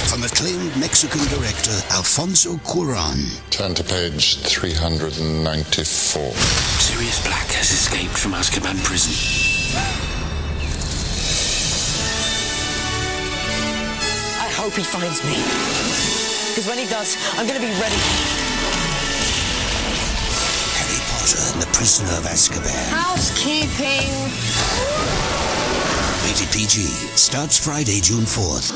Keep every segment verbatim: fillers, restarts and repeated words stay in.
from acclaimed Mexican director Alfonso Cuarón. Turn to page three ninety-four. Sirius Black has escaped from Azkaban prison. I hope he finds me. Because when he does, I'm going to be ready. Harry Potter and the Prisoner of Azkaban. Housekeeping. Rated P G. Starts Friday, June fourth.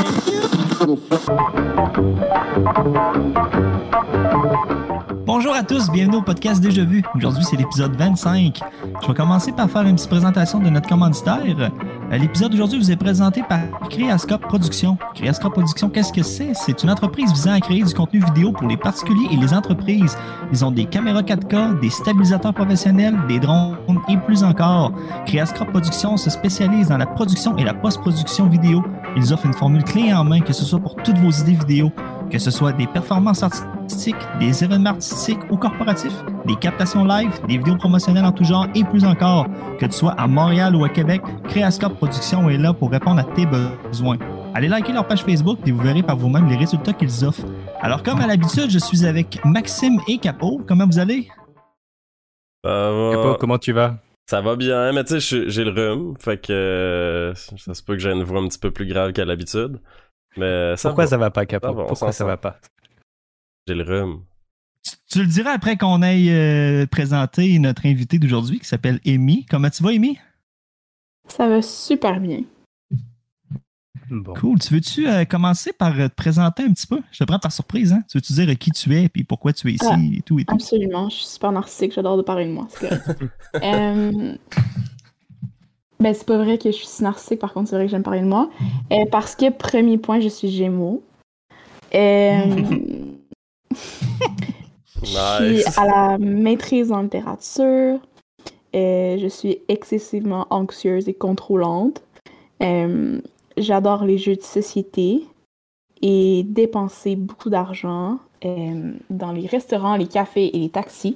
Bonjour à tous, bienvenue au podcast Déjà Vu. Aujourd'hui, c'est l'épisode vingt-cinq. Je vais commencer par faire une petite présentation de notre commanditaire. L'épisode d'aujourd'hui vous est présenté par Creascope Productions. Creascope Productions, qu'est-ce que c'est? C'est une entreprise visant à créer du contenu vidéo pour les particuliers et les entreprises. Ils ont des caméras quatre K, des stabilisateurs professionnels, des drones et plus encore. Creascope Productions se spécialise dans la production et la post-production vidéo. Ils offrent une formule clé en main, que ce soit pour toutes vos idées vidéo, que ce soit des performances artistiques, des événements artistiques ou corporatifs, des captations live, des vidéos promotionnelles en tout genre et plus encore. Que tu sois à Montréal ou à Québec, Creascope Productions est là pour répondre à tes besoins. Allez liker leur page Facebook et vous verrez par vous-même les résultats qu'ils offrent. Alors comme à l'habitude, je suis avec Maxime et Capo. Comment vous allez? Ça va. Capo, comment tu vas? Ça va bien, mais tu sais, j'ai le rhume, fait que euh, ça se peut que j'ai une voix un petit peu plus grave qu'à l'habitude. Mais ça Pourquoi va. ça va pas, Capo? Ça va, Pourquoi ça va pas? J'ai le rhume. Tu, tu le diras après qu'on aille euh, présenter notre invité d'aujourd'hui qui s'appelle Amy. Comment tu vas, Amy? Ça va super bien. Bon. Cool. Tu veux-tu euh, commencer par te présenter un petit peu? Je te prends par surprise, hein? Tu veux-tu dire qui tu es et pourquoi tu es ici Ah, et tout et tout? Absolument. Je suis super narcissique. J'adore de parler de moi. C'est correct. euh... Ben, c'est pas vrai que je suis si narcissique. Par contre, c'est vrai que j'aime parler de moi. Euh, parce que, premier point, je suis Gémeaux. Euh... Je suis Nice. à la maîtrise en littérature. Euh, je suis excessivement anxieuse et contrôlante. Euh, j'adore les jeux de société et dépenser beaucoup d'argent euh, dans les restaurants, les cafés et les taxis.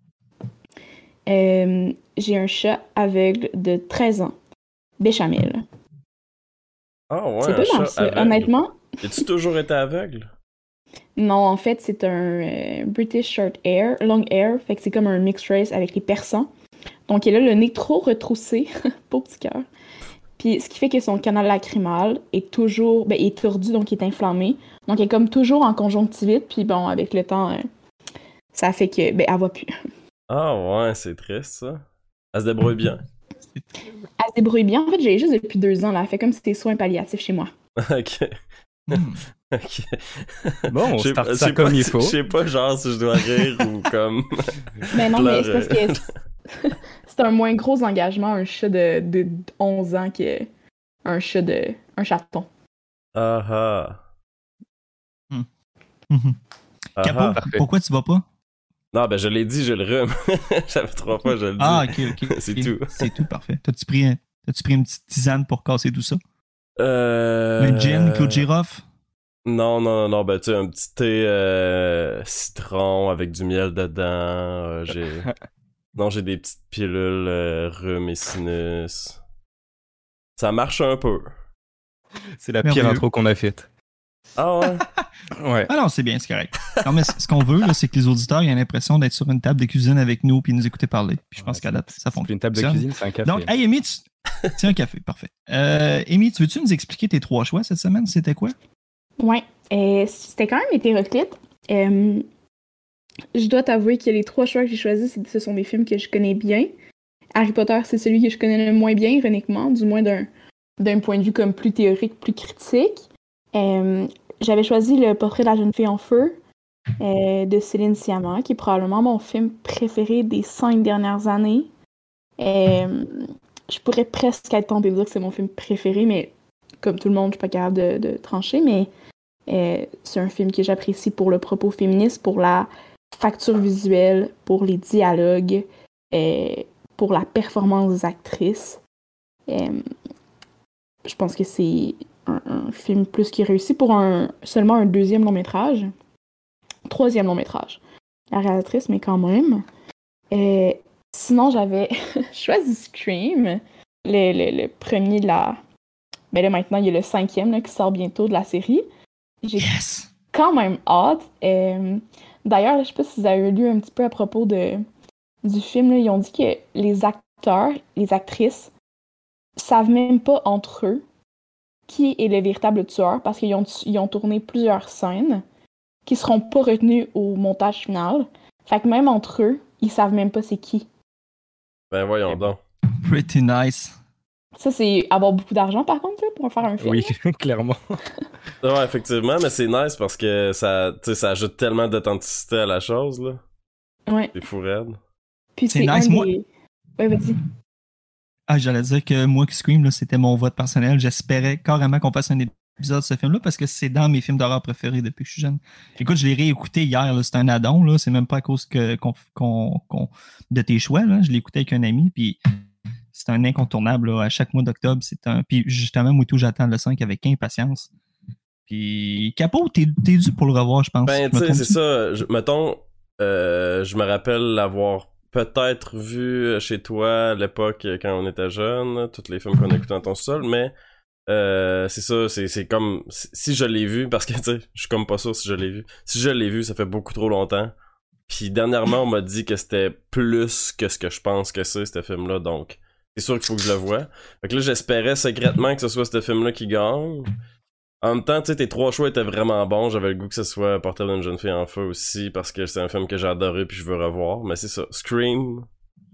Euh, j'ai un chat aveugle de treize ans, Béchamel. Ah ouais, C'est un pas chat mal ça. aveugle. Honnêtement, As-tu toujours été aveugle? non, en fait, c'est un euh, British Short Hair, Long Hair, fait que c'est comme un mixed race avec les persans. Donc, il a le nez trop retroussé, pauvre petit cœur. Puis, ce qui fait que son canal lacrymal est toujours, ben, est tordu, donc il est inflammé. Donc, il est comme toujours en conjonctivite, puis bon, avec le temps, euh, ça fait que, ben, elle voit plus. Ah ouais, c'est triste ça. Elle se débrouille bien. Elle se débrouille bien. En fait, j'ai juste depuis deux ans, là, elle fait comme si c'était soins palliatifs chez moi. Ok. Hmm. Ok. Bon, on Je sais starte pas- ça je sais comme pas- il faut. Je sais pas, genre, si je dois rire ou comme. Mais non, mais c'est parce pleurer. que c'est un moins gros engagement, un chat de, de onze ans que un chat de un chaton. Ah ah. Mhm. Ah Capo, ah. Parfait. pourquoi tu vas pas? Non, ben je l'ai dit, j'ai le rhume. Ça fait trois fois, je le dis. Ah, ok, ok. C'est ok. tout. C'est tout, parfait. T'as-tu pris, un- t'as-tu pris une petite tisane pour casser tout ça? Euh... Un gin, Claude Giroff? Non, non, non, non, ben tu sais, un petit thé euh, citron avec du miel dedans. euh, j'ai... Non, j'ai des petites pilules euh, rhume et sinus. Ça marche un peu. C'est la pire Merveilleux. intro qu'on a faite. Ah ouais? Ouais. Ah non, c'est bien, c'est correct. Non, mais c- ce qu'on veut, là, c'est que les auditeurs aient l'impression d'être sur une table de cuisine avec nous puis nous écouter parler. Puis je pense qu'à date, ça C'est fonctionne. une table de cuisine, c'est un café. Donc, hey, Amy, tu... tiens un café, parfait. Euh, Amy, tu veux-tu nous expliquer tes trois choix cette semaine? C'était quoi? Ouais, euh, c'était quand même hétéroclite. Euh, je dois t'avouer que les trois choix que j'ai choisis, c'est- ce sont des films que je connais bien. Harry Potter, c'est celui que je connais le moins bien, ironiquement, du moins d'un, d'un point de vue comme plus théorique, plus critique. Euh, j'avais choisi Le Portrait de la jeune fille en feu euh, de Céline Sciamma, qui est probablement mon film préféré des cinq dernières années. Euh, je pourrais presque être tentée de dire que c'est mon film préféré, mais comme tout le monde, je suis pas capable de, de trancher, mais euh, c'est un film que j'apprécie pour le propos féministe, pour la facture visuelle, pour les dialogues, euh, pour la performance des actrices. Euh, je pense que c'est un, un film plus qui réussi pour un, seulement un deuxième long-métrage. Troisième long-métrage. La réalisatrice, mais quand même. Euh, sinon, j'avais choisi Scream, le, le, le premier de la... Ben là, maintenant, il y a le cinquième là, qui sort bientôt de la série. j'ai Yes! quand même hâte. Euh, D'ailleurs, je sais pas si vous avez lu un petit peu à propos de, du film, là, ils ont dit que les acteurs, les actrices, savent même pas entre eux qui est le véritable tueur parce qu'ils ont, ils ont tourné plusieurs scènes qui seront pas retenues au montage final. Fait que même entre eux, ils savent même pas c'est qui. Ben voyons donc. Pretty nice. Ça, c'est avoir beaucoup d'argent, par contre, là, pour faire un film. Oui, clairement. Ouais, effectivement, mais c'est nice parce que ça, tu sais, ça ajoute tellement d'authenticité à la chose, là. Ouais. C'est fou raide. Puis C'est c'est nice, un moi. des... Ouais, vas-y. Ah, j'allais dire que moi qui Scream, là, c'était mon vote personnel. J'espérais carrément qu'on fasse un épisode de ce film-là parce que c'est dans mes films d'horreur préférés depuis que je suis jeune. Écoute, je l'ai réécouté hier, là, c'est un addon, là. C'est même pas à cause que, qu'on, qu'on, qu'on- de tes choix, là. Je l'ai écouté avec un ami, puis c'est un incontournable, là. À chaque mois d'octobre, c'est un. Puis justement, moi tout, j'attends le cinq avec impatience. Puis Capot, t'es, t'es dû pour le revoir, je pense. Ben, Je tu me sais, c'est trompe-tu? ça. Je- mettons, euh, je me rappelle l'avoir peut-être vu chez toi à l'époque quand on était jeune, tous les films qu'on écoutait dans ton sol, mais euh, c'est ça, c'est, c'est comme si je l'ai vu, parce que tu sais, je suis comme pas sûr si je l'ai vu. Si je l'ai vu, ça fait beaucoup trop longtemps. Puis dernièrement, on m'a dit que c'était plus que ce que je pense que c'est, ce film-là, donc c'est sûr qu'il faut que je le voie. Fait que là, j'espérais secrètement que ce soit ce film-là qui gagne. En même temps, tu sais, tes trois choix étaient vraiment bons. J'avais le goût que ce soit Portrait d'une jeune fille en feu aussi, parce que c'est un film que j'ai adoré puis je veux revoir. Mais c'est ça, Scream,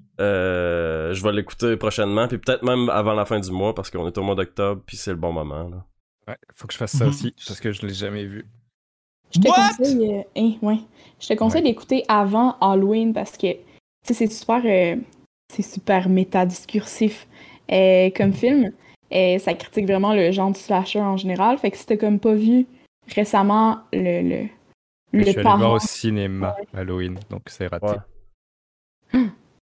euh, je vais l'écouter prochainement, puis peut-être même avant la fin du mois, parce qu'on est au mois d'octobre, puis c'est le bon moment, là. Ouais, faut que je fasse ça Mhm. aussi, parce que je l'ai jamais vu. Je te What? conseille, euh, hein, ouais. Je te conseille Ouais. d'écouter avant Halloween parce que tu sais, c'est super, euh, c'est super métadiscursif euh, comme film. Euh, ça critique vraiment le genre du slasher en général. Fait que si t'as comme pas vu récemment le le, Je le suis allé parent, voir au cinéma Halloween, donc c'est raté. Ouais.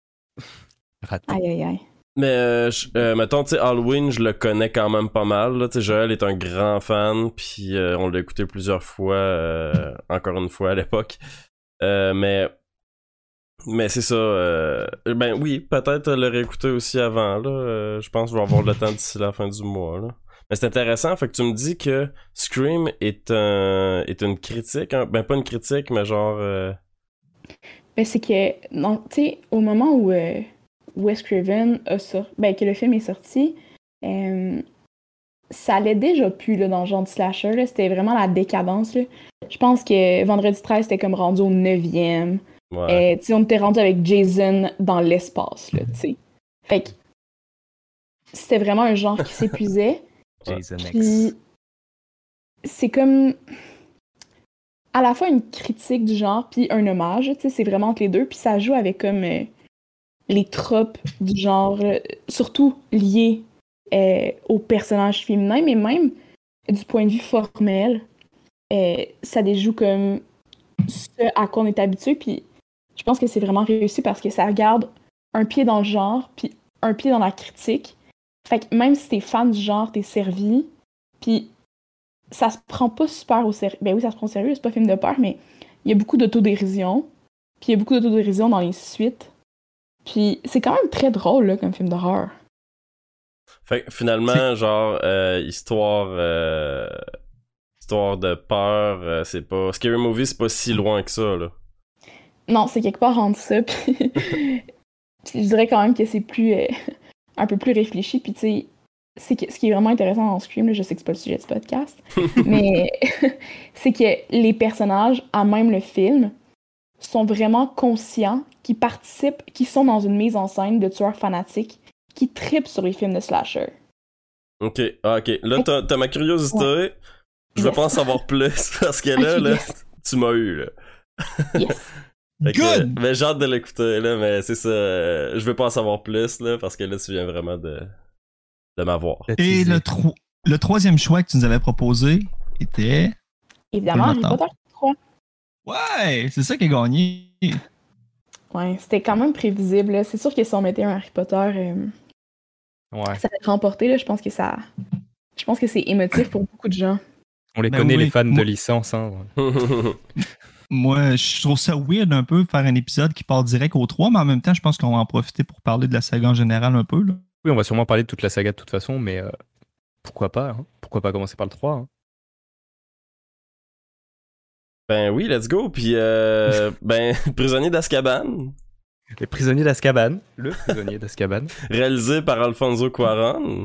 Raté. aïe aïe aïe. Mais, euh, je- euh, mettons, tu sais, Halloween, je le connais quand même pas mal, là. Tu sais, Joël est un grand fan, puis euh, on l'a écouté plusieurs fois, euh, encore une fois à l'époque. Euh, mais... Mais c'est ça, euh, ben oui, peut-être le réécouter aussi avant, là. Euh, je pense que je vais avoir le temps d'ici la fin du mois, là. Mais c'est intéressant, fait que tu me dis que Scream est un est une critique, hein? Ben pas une critique, mais genre... euh, Ben c'est que non, tu sais, au moment où euh, Wes Craven a sorti, ben que le film est sorti, euh, ça allait déjà plus là, dans le genre de slasher, là. C'était vraiment la décadence, là. Je pense que Vendredi treize, c'était comme rendu au neuvième. ouais. Euh, tu sais, on était rendu avec Jason dans l'espace, là, tu sais. Fait que c'était vraiment un genre qui s'épuisait. Jason X. Puis c'est comme à la fois une critique du genre puis un hommage, tu sais, c'est vraiment entre les deux. Puis ça joue avec comme euh, les tropes du genre, euh, surtout liés euh, aux personnages féminins, mais même du point de vue formel, euh, ça déjoue comme ce à quoi on est habitué. Puis je pense que c'est vraiment réussi parce que ça garde un pied dans le genre puis un pied dans la critique. Fait que même si t'es fan du genre, t'es servi. Puis ça se prend pas super au sérieux. Ben oui, ça se prend au sérieux, c'est pas un film de peur, mais il y a beaucoup d'autodérision. Puis il y a beaucoup d'autodérision dans les suites. Puis c'est quand même très drôle, là, comme film d'horreur. Fait que finalement, genre, euh, histoire... euh, histoire de peur, euh, c'est pas... Scary Movie, c'est pas si loin que ça, là. Non, c'est quelque part entre ça, puis... puis je dirais quand même que c'est plus... euh, un peu plus réfléchi, puis tu sais... C'est que, ce qui est vraiment intéressant dans Scream, là, je sais que c'est pas le sujet de ce podcast, mais c'est que les personnages, à même le film, sont vraiment conscients, qui participent, qui sont dans une mise en scène de tueurs fanatiques, qui trippent sur les films de slasher. Ok, ah, ok. Là, t'as, t'as ma curiosité. Ouais. Je veux Yes. pas en savoir plus, parce que là, Ok, là, yes. tu m'as eu, là. Yes. Fait que, Good! mais j'ai hâte de l'écouter, là, mais c'est ça. euh, je veux pas en savoir plus, là, parce que là, tu viens vraiment de, de m'avoir. Et le, tro- le troisième choix que tu nous avais proposé était. Évidemment, Harry Attends. Potter trois. Ouais, c'est ça qui a gagné. Ouais, c'était quand même prévisible, là. C'est sûr que si on mettait un Harry Potter, euh, Ouais. ça va être remporté, là. Je pense que ça... Je pense que c'est émotif pour beaucoup de gens. On les Ben connaît, oui. les fans de Moi- licence. Hein. Moi, je trouve ça weird un peu faire un épisode qui part direct au trois, mais en même temps, je pense qu'on va en profiter pour parler de la saga en général un peu. Là. Oui, on va sûrement parler de toute la saga de toute façon, mais euh, pourquoi pas hein. Pourquoi pas commencer par le trois hein. Ben oui, let's go. Puis, euh, ben, Prisonnier d'Azkaban. Les prisonniers d'Azkaban. Le prisonnier d'Azkaban. Réalisé par Alfonso Cuarón,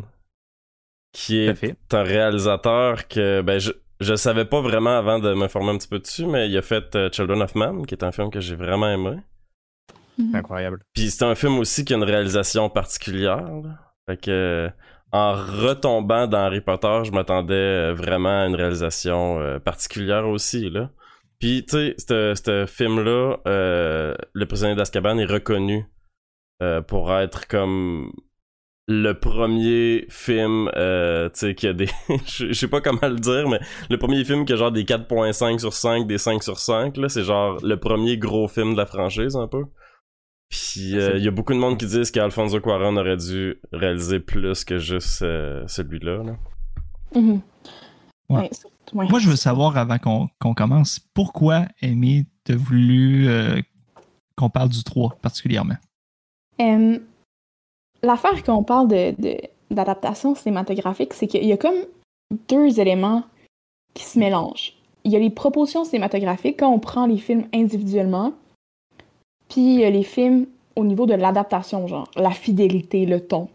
qui Tout à est fait. un réalisateur que, ben, je, je savais pas vraiment avant de m'informer un petit peu dessus, mais il a fait euh, Children of Man, qui est un film que j'ai vraiment aimé. Incroyable. Puis c'est un film aussi qui a une réalisation particulière. Là. Fait que, euh, en retombant dans Harry Potter, je m'attendais euh, vraiment à une réalisation euh, particulière aussi, là. Puis, tu sais, ce ce film-là, euh, Le Prisonnier d'Azkaban est reconnu euh, pour être comme le premier film, euh, tu sais, qui a des... Je sais pas comment le dire, mais le premier film qui a genre des quatre virgule cinq sur cinq, des cinq sur cinq, là, c'est genre le premier gros film de la franchise, un peu. Puis, il euh, y a beaucoup de monde qui disent qu'Alfonso Cuarón aurait dû réaliser plus que juste euh, celui-là, là. Mhm. Ouais. Ouais, c'est- ouais. Moi, je veux savoir, avant qu'on qu'on commence, pourquoi, Amy, t'as voulu euh, qu'on parle du trois, particulièrement? Euh, L'affaire qu'on parle de, de- d'adaptation cinématographique, c'est qu'il y a comme deux éléments qui se mélangent. Il y a les propositions cinématographiques quand on prend les films individuellement, puis il y a les films au niveau de l'adaptation, genre la fidélité, le ton.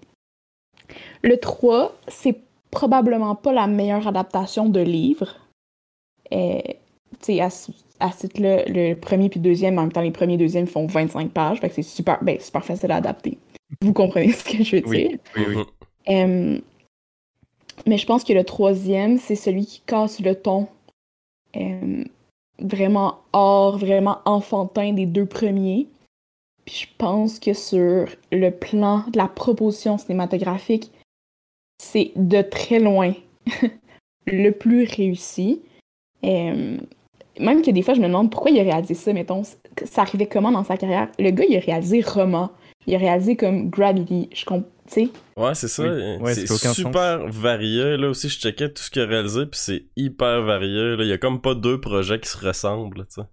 Le trois, c'est probablement pas la meilleure adaptation de livre. Euh, tu sais, à, ce- à ce titre-là, le premier puis le deuxième, en même temps, les premiers et deuxièmes font vingt-cinq pages, fait que c'est super, ben, super facile à adapter. Vous comprenez ce que je veux Oui. dire? Oui, oui. Mhm. Euh, mais je pense que le troisième, c'est celui qui casse le ton euh, vraiment hors, vraiment enfantin des deux premiers. Puis je pense que sur le plan de la proposition cinématographique, c'est de très loin le plus réussi. Euh, même que des fois, je me demande pourquoi il a réalisé ça, mettons. Ça arrivait comment dans sa carrière? Le gars, il a réalisé Roma. Il a réalisé comme Gravity. Je comprends, tu sais. Ouais, c'est ça. Oui. Ouais, c'est ça fait aucun super varié. Là aussi, je checkais tout ce qu'il a réalisé, puis c'est hyper varié. Là. Il y a comme pas deux projets qui se ressemblent, tu sais.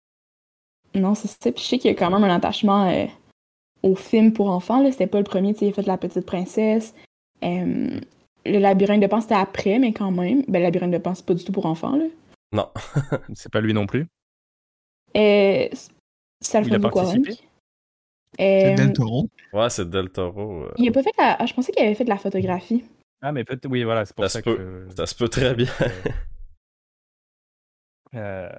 Non, c'est ça. Puis je sais qu'il y a quand même un attachement euh, au film pour enfants. Là. C'était pas le premier, tu sais, il a fait La Petite Princesse. Euh, le Labyrinthe de Pan, c'était après, mais quand même. Ben, le Labyrinthe de Pan, c'est pas du tout pour enfants, là. Non. C'est pas lui non plus. Euh, c'est Il a Alfonso Cuarón. participé? C'est Euh, Del Toro. Ouais, c'est Del Toro. euh. il a pas fait la... ah, je pensais qu'il avait fait de la photographie. Ah, mais peut-être. Oui, voilà, c'est pour Ça ça, se que. peut. Ça se peut très bien. Euh,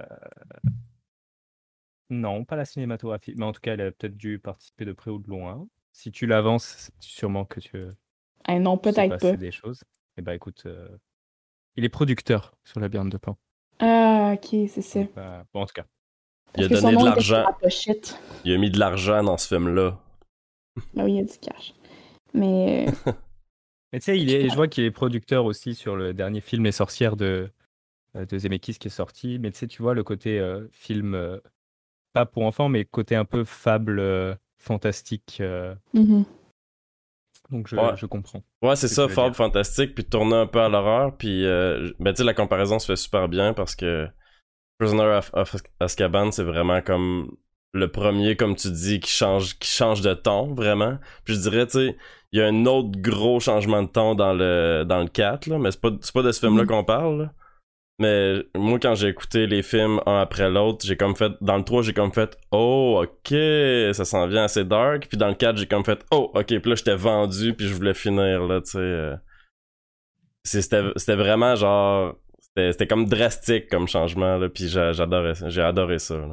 Non, pas la cinématographie. Mais en tout cas, elle a peut-être dû participer de près ou de loin. Si tu l'avances, c'est sûrement que tu Euh, non, tu sais peut-être passer pas. des choses. Eh ben, écoute, euh, il est producteur sur Labyrinthe de Pan. Ah, ok, c'est ça. Donc, euh, bon, en tout cas. Il a Parce que son donné de nom était sur l'argent. la pochette. Il a mis de l'argent dans ce film-là. Ben oui, il y a du cash. Mais... euh, Mais tu sais, il est, je vois qu'il est producteur aussi sur le dernier film Les Sorcières de, euh, de Zemeckis qui est sorti. Mais tu sais, tu vois le côté euh, film, euh, pas pour enfants, mais côté un peu fable euh, fantastique. euh, mhm. donc je, Ouais. je comprends. Ouais, c'est Ce que ça, tu veux fable dire. fantastique, puis tourner un peu à l'horreur, puis euh, ben tu sais, la comparaison se fait super bien parce que Prisoner of, of Azkaban, c'est vraiment comme le premier, comme tu dis, qui change, qui change de ton, vraiment. Puis je dirais, tu sais, il y a un autre gros changement de ton dans le, dans le quatre, là, mais c'est pas, c'est pas de ce film-là Mhm. qu'on parle, là. Mais moi, quand j'ai écouté les films un après l'autre, j'ai comme fait... Dans le trois, j'ai comme fait « Oh, ok, ça s'en vient assez dark. » Puis dans le quatre, j'ai comme fait « Oh, ok. » Puis là, j'étais vendu, puis je voulais finir, là, tu sais. euh. C'est- C'était c'était vraiment genre... C'était c'était comme drastique comme changement, là, puis j'a- j'adorais ça. J'ai adoré ça, là.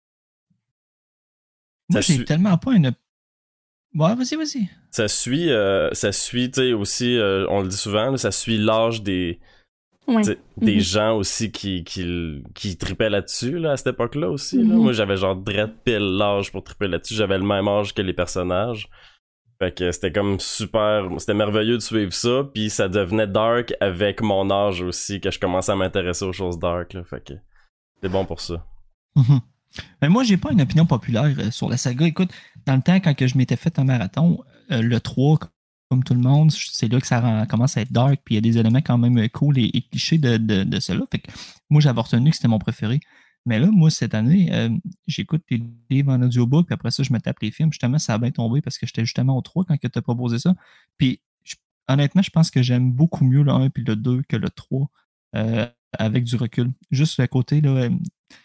Moi, Ça j'ai suit- tellement pas une. Ouais, vas-y, vas-y. Ça suit, euh, ça suit, tu sais, aussi, euh, on le dit souvent, là, ça suit l'âge des... Ouais. T'sais, des Mhm. gens aussi qui, qui, qui tripaient là-dessus là, à cette époque-là aussi. Là. Mhm. Moi, j'avais genre direct pile l'âge pour triper là-dessus. J'avais le même âge que les personnages. Fait que c'était comme super... C'était merveilleux de suivre ça. Puis ça devenait dark avec mon âge aussi, que je commençais à m'intéresser aux choses dark. Là. Fait que c'est bon pour ça. Mhm. Mais moi, j'ai pas une opinion populaire euh, sur la saga. Écoute, dans le temps, quand que je m'étais fait un marathon, euh, le trois, comme tout le monde, c'est là que ça rend- commence à être dark, puis il y a des éléments quand même cool et, et clichés de, de, de cela. Fait que moi, j'avais retenu que c'était mon préféré. Mais là, moi, cette année, euh, j'écoute les livres en audiobook, puis après ça, je me tape les films. Justement, ça a bien tombé parce que j'étais justement au trois quand tu as proposé ça. Puis, je- honnêtement, je pense que j'aime beaucoup mieux le un puis le deux que le trois, euh, avec du recul. Juste le côté, là, euh,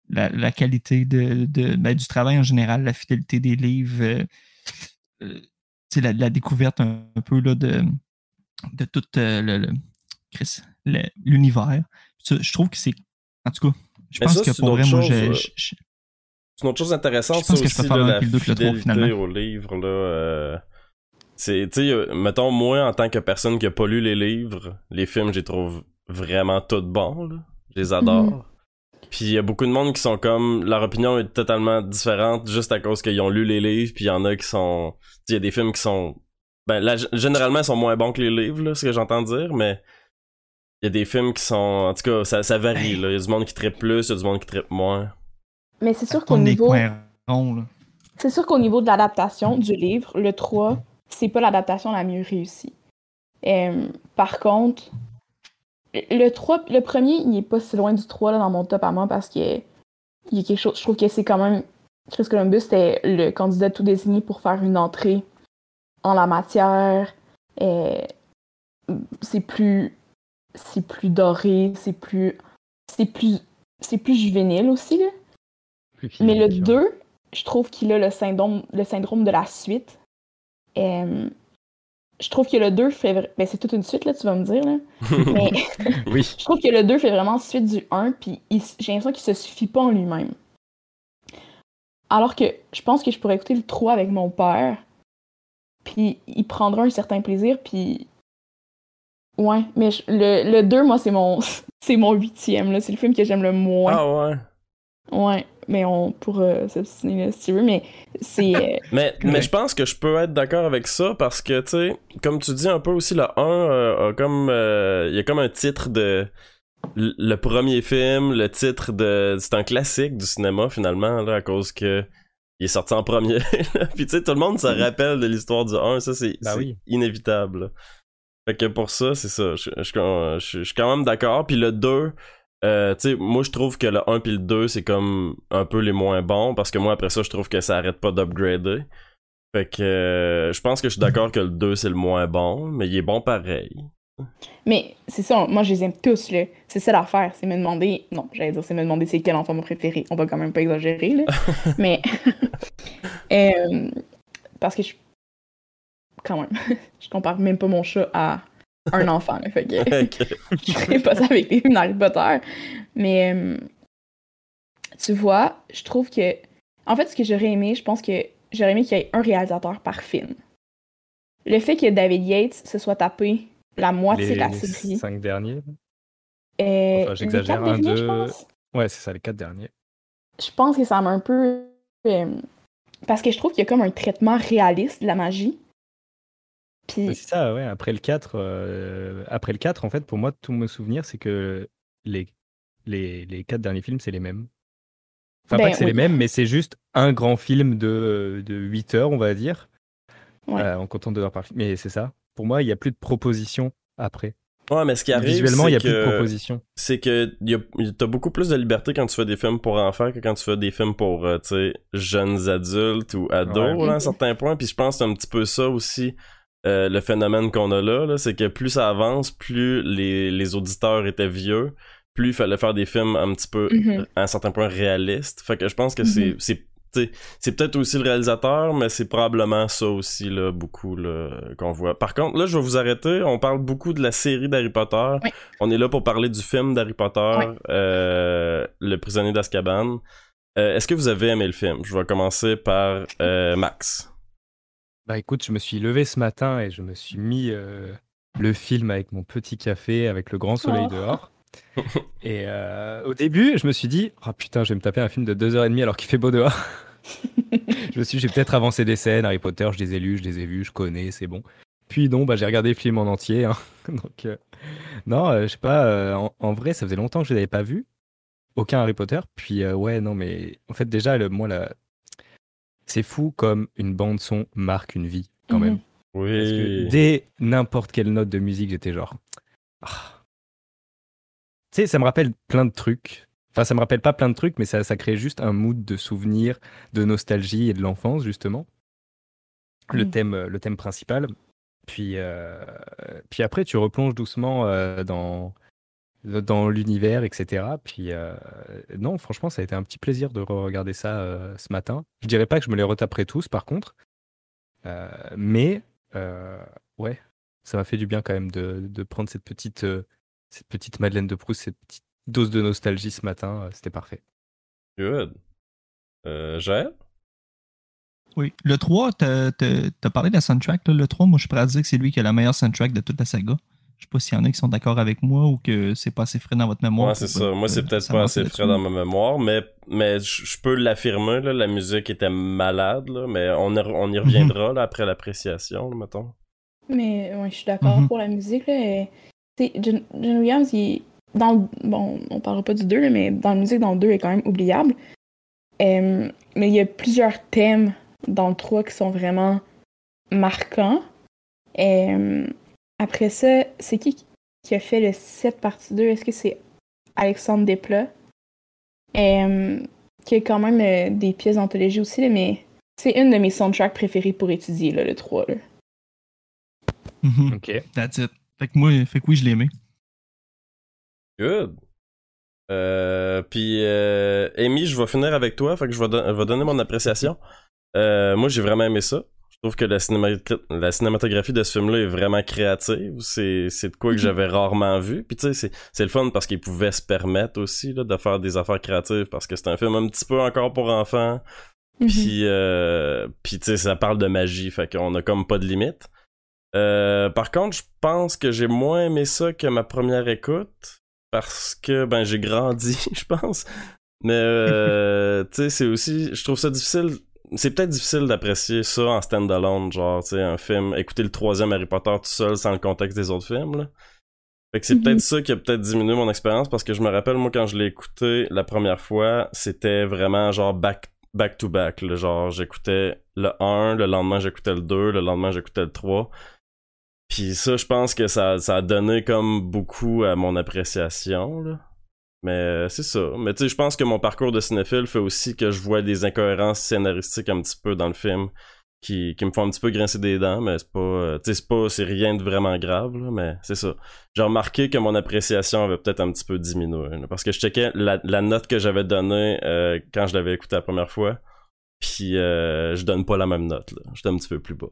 la, la qualité de, de, ben, du travail en général, la fidélité des livres, euh, euh, la, la découverte un, un peu là, de, de tout euh, le, le, Chris, le, l'univers. Ça, je trouve que c'est... En tout cas, je Mais pense ça, que c'est pour une vrai, autre moi, chose, je, euh, je- je- C'est une autre chose intéressante, Je pense ça que je aussi, préfère là, un la puis le deux que le trois, fidélité finalement. aux livres, là. euh, c'est, tu sais, euh, mettons, moi, en tant que personne qui a pas lu les livres, les films, je les trouve vraiment tous bons, là. Je les adore. Mhm. Puis il y a beaucoup de monde qui sont comme... Leur opinion est totalement différente juste à cause qu'ils ont lu les livres, puis il y en a qui sont... Il y a des films qui sont... Ben, là, g- généralement, ils sont moins bons que les livres, là, c'est ce que j'entends dire, mais... Il y a des films qui sont... En tout cas, ça, ça varie, là. Il y a du monde qui trippe plus, il y a du monde qui trippe moins. Mais c'est sûr qu'au tourne des niveau, coins ronds, là. c'est sûr qu'au niveau de l'adaptation du livre, le trois, c'est pas l'adaptation la mieux réussie. Euh, par contre, le trois, le premier, il est pas si loin du trois là, dans mon top à moi parce que il y a quelque chose. Je trouve que c'est quand même. Chris Columbus était le candidat tout désigné pour faire une entrée en la matière. Euh, c'est plus. C'est plus doré, c'est plus. C'est plus. C'est plus juvénile aussi, là. Plus Mais le philosophique, deux, je trouve qu'il a le syndrome, le syndrome de la suite. Euh, je trouve que le deux fait... vra- Ben, c'est toute une suite, là, tu vas me dire, là. Mais Oui. je trouve que le deux fait vraiment suite du un, puis il s- j'ai l'impression qu'il se suffit pas en lui-même. Alors que je pense que je pourrais écouter le trois avec mon père, puis il prendra un certain plaisir, puis... Ouais, mais je- le, le deux, moi, c'est mon c'est mon huitième, là. C'est le film que j'aime le moins. Ah ouais? Ouais, mais on pourra s'obstiner là, si tu veux, mais c'est... euh, Mais, mais je pense que je peux être d'accord avec ça parce que, tu sais, comme tu dis un peu aussi, le un euh, a comme... euh, il y a comme un titre de... l- Le premier film, le titre de... C'est un classique du cinéma, finalement, là, à cause que il est sorti en premier. là. Puis, tu sais, tout le monde se rappelle de l'histoire du un, ça, c'est Bah c'est oui. inévitable. là. Fait que pour ça, c'est ça. Je je- je- je- je suis quand même d'accord. Puis le deux... Euh, tu sais, moi je trouve que le un puis le deux c'est comme un peu les moins bons parce que moi après ça je trouve que ça arrête pas d'upgrader. Fait que euh, je pense que je suis d'accord que le deux c'est le moins bon, mais il est bon pareil. Mais c'est ça, moi je les aime tous, là. C'est ça l'affaire, c'est me demander... Non, j'allais dire c'est me demander c'est quel enfant mon préféré. On va quand même pas exagérer, là. Mais... euh, parce que je... Quand même, je compare même pas mon chat à un enfant, là. Fait que... Ok. je ferais pas ça avec les films d'Harry Potter. Mais... euh, tu vois, je trouve que... En fait, ce que j'aurais aimé, je pense que j'aurais aimé qu'il y ait un réalisateur par film. Le fait que David Yates se soit tapé la moitié Les, de la les série... cinq derniers. Euh, Enfin, j'exagère, les quatre un, derniers, deux- je pense. Ouais, c'est ça, les quatre derniers. Je pense que ça m'a un peu... euh, parce que je trouve qu'il y a comme un traitement réaliste de la magie. Mais Puis, c'est ça, ouais. Après le quatre, euh, après le quatre, en fait, pour moi, tout mon souvenir, c'est que les, les, les quatre derniers films, c'est les mêmes. Enfin, Ben, pas que c'est oui. les mêmes, mais c'est juste un grand film de, de huit heures, on va dire. Ouais. Euh, en comptant deux heures par film. Mais c'est ça. Pour moi, il n'y a plus de propositions après. Ouais, mais ce qui arrive, Visuellement, il n'y a c'est plus de que propositions. c'est que y a- y- t'as beaucoup plus de liberté quand tu fais des films pour enfants que quand tu fais des films pour, euh, tu sais, jeunes adultes ou ados, Ouais. là, à un certain point. Puis je pense que c'est un petit peu ça aussi, euh, le phénomène qu'on a là, là, c'est que plus ça avance, plus les, les auditeurs étaient vieux, plus il fallait faire des films un petit peu, Mhm. à un certain point, réalistes. Fait que je pense que Mhm. c'est, c'est, tu sais, c'est peut-être aussi le réalisateur, mais c'est probablement ça aussi, là, beaucoup, là, qu'on voit. Par contre, là, je vais vous arrêter. On parle beaucoup de la série d'Harry Potter. Oui. On est là pour parler du film d'Harry Potter, Oui. euh, Le prisonnier d'Azkaban. Euh, est-ce que vous avez aimé le film? Je vais commencer par euh, Max. Bah écoute, je me suis levé ce matin et je me suis mis euh, le film avec mon petit café, avec le grand soleil Oh. dehors. Et euh, au début, je me suis dit, oh putain, je vais me taper un film de deux heures trente alors qu'il fait beau dehors. Je me suis dit, j'ai peut-être avancé des scènes, Harry Potter, je les ai lus, je les ai vus, je connais, c'est bon. Puis non, bah, j'ai regardé le film en entier. Hein. Donc, euh, non, euh, je sais pas, euh, en, en vrai, ça faisait longtemps que je l'avais pas vu. Aucun Harry Potter. Puis euh, ouais, non, mais en fait, déjà, le, moi, la... c'est fou comme une bande-son marque une vie, quand Mhm. même. Parce que Oui. dès n'importe quelle note de musique, j'étais genre. Ah. Tu sais, ça me rappelle plein de trucs. Enfin, ça me rappelle pas plein de trucs, mais ça, ça crée juste un mood de souvenir, de nostalgie et de l'enfance, justement. Le, Mm. thème, euh, le thème principal. Puis, euh, puis après, tu replonges doucement euh, dans, dans l'univers, et cetera. Puis euh, non, franchement, ça a été un petit plaisir de re-regarder ça euh, ce matin. Je dirais pas que je me les retaperai tous, par contre, euh, mais euh, ouais, ça m'a fait du bien quand même de, de prendre cette petite, euh, cette petite Madeleine de Proust, cette petite dose de nostalgie ce matin. euh, C'était parfait. Good. Euh, Jaël? Oui. Le trois, t'as, t'as, t'as parlé de la soundtrack. Là. Le trois, moi, je suis prêt à dire que c'est lui qui a la meilleure soundtrack de toute la saga. Je sais pas s'il y en a qui sont d'accord avec moi ou que c'est pas assez frais dans votre mémoire. Ouais, c'est pour, ça. euh, Moi, c'est euh, peut-être pas s'avancer assez là-dessus. frais dans ma mémoire, mais, mais je je peux l'affirmer, là, la musique était malade, là, mais on, y- on y reviendra là, après l'appréciation, là, mettons. Mais ouais, je suis d'accord Mhm. pour la musique. Là, et, tu sais, John, John Williams, il, dans le- bon, on parlera pas du deux, là, mais dans la musique, dans le deux, est quand même oubliable. Euh, mais il y a plusieurs thèmes dans le trois qui sont vraiment marquants. Euh, après ça, c'est qui qui a fait le sept partie deux? Est-ce que c'est Alexandre Desplat? Euh, qui a quand même euh, des pièces d'anthologie aussi, là, mais c'est une de mes soundtracks préférées pour étudier, là, le trois. Là. Mhm. Ok. That's it. Fait que moi, fait que oui, je l'ai aimé. Good. Euh, puis, euh, Amy, je vais finir avec toi, fait que je vais, don- je vais donner mon appréciation. Euh, moi, j'ai vraiment aimé ça. Je trouve que la, cinémat- la cinématographie de ce film-là est vraiment créative. C'est, c'est de quoi que j'avais rarement vu. Puis tu sais, c'est, c'est le fun parce qu'il pouvait se permettre aussi là, de faire des affaires créatives parce que c'est un film un petit peu encore pour enfants. Mhm. Puis, euh, puis tu sais, ça parle de magie, fait qu'on a comme pas de limite. Euh, par contre, je pense que j'ai moins aimé ça que ma première écoute parce que ben j'ai grandi, je pense. Mais euh, tu sais, c'est aussi, je trouve ça difficile. C'est peut-être difficile d'apprécier ça en stand-alone, genre, tu sais, un film, écouter le troisième Harry Potter tout seul sans le contexte des autres films, là. Fait que c'est Mhm. peut-être ça qui a peut-être diminué mon expérience parce que je me rappelle, moi, quand je l'ai écouté la première fois, c'était vraiment genre back, back to back, là. Genre, j'écoutais le un, le lendemain, j'écoutais le deux, le lendemain, j'écoutais le trois. Puis ça, je pense que ça, ça a donné comme beaucoup à mon appréciation, là. Mais euh, c'est ça. Mais tu sais, je pense que mon parcours de cinéphile fait aussi que je vois des incohérences scénaristiques un petit peu dans le film qui, qui me font un petit peu grincer des dents, mais c'est pas, euh, tu sais, c'est pas, c'est rien de vraiment grave, là, mais c'est ça. J'ai remarqué que mon appréciation avait peut-être un petit peu diminué, là, parce que je checkais la, la note que j'avais donnée euh, quand je l'avais écouté la première fois, puis euh, je donne pas la même note, là. J'étais un petit peu plus bas.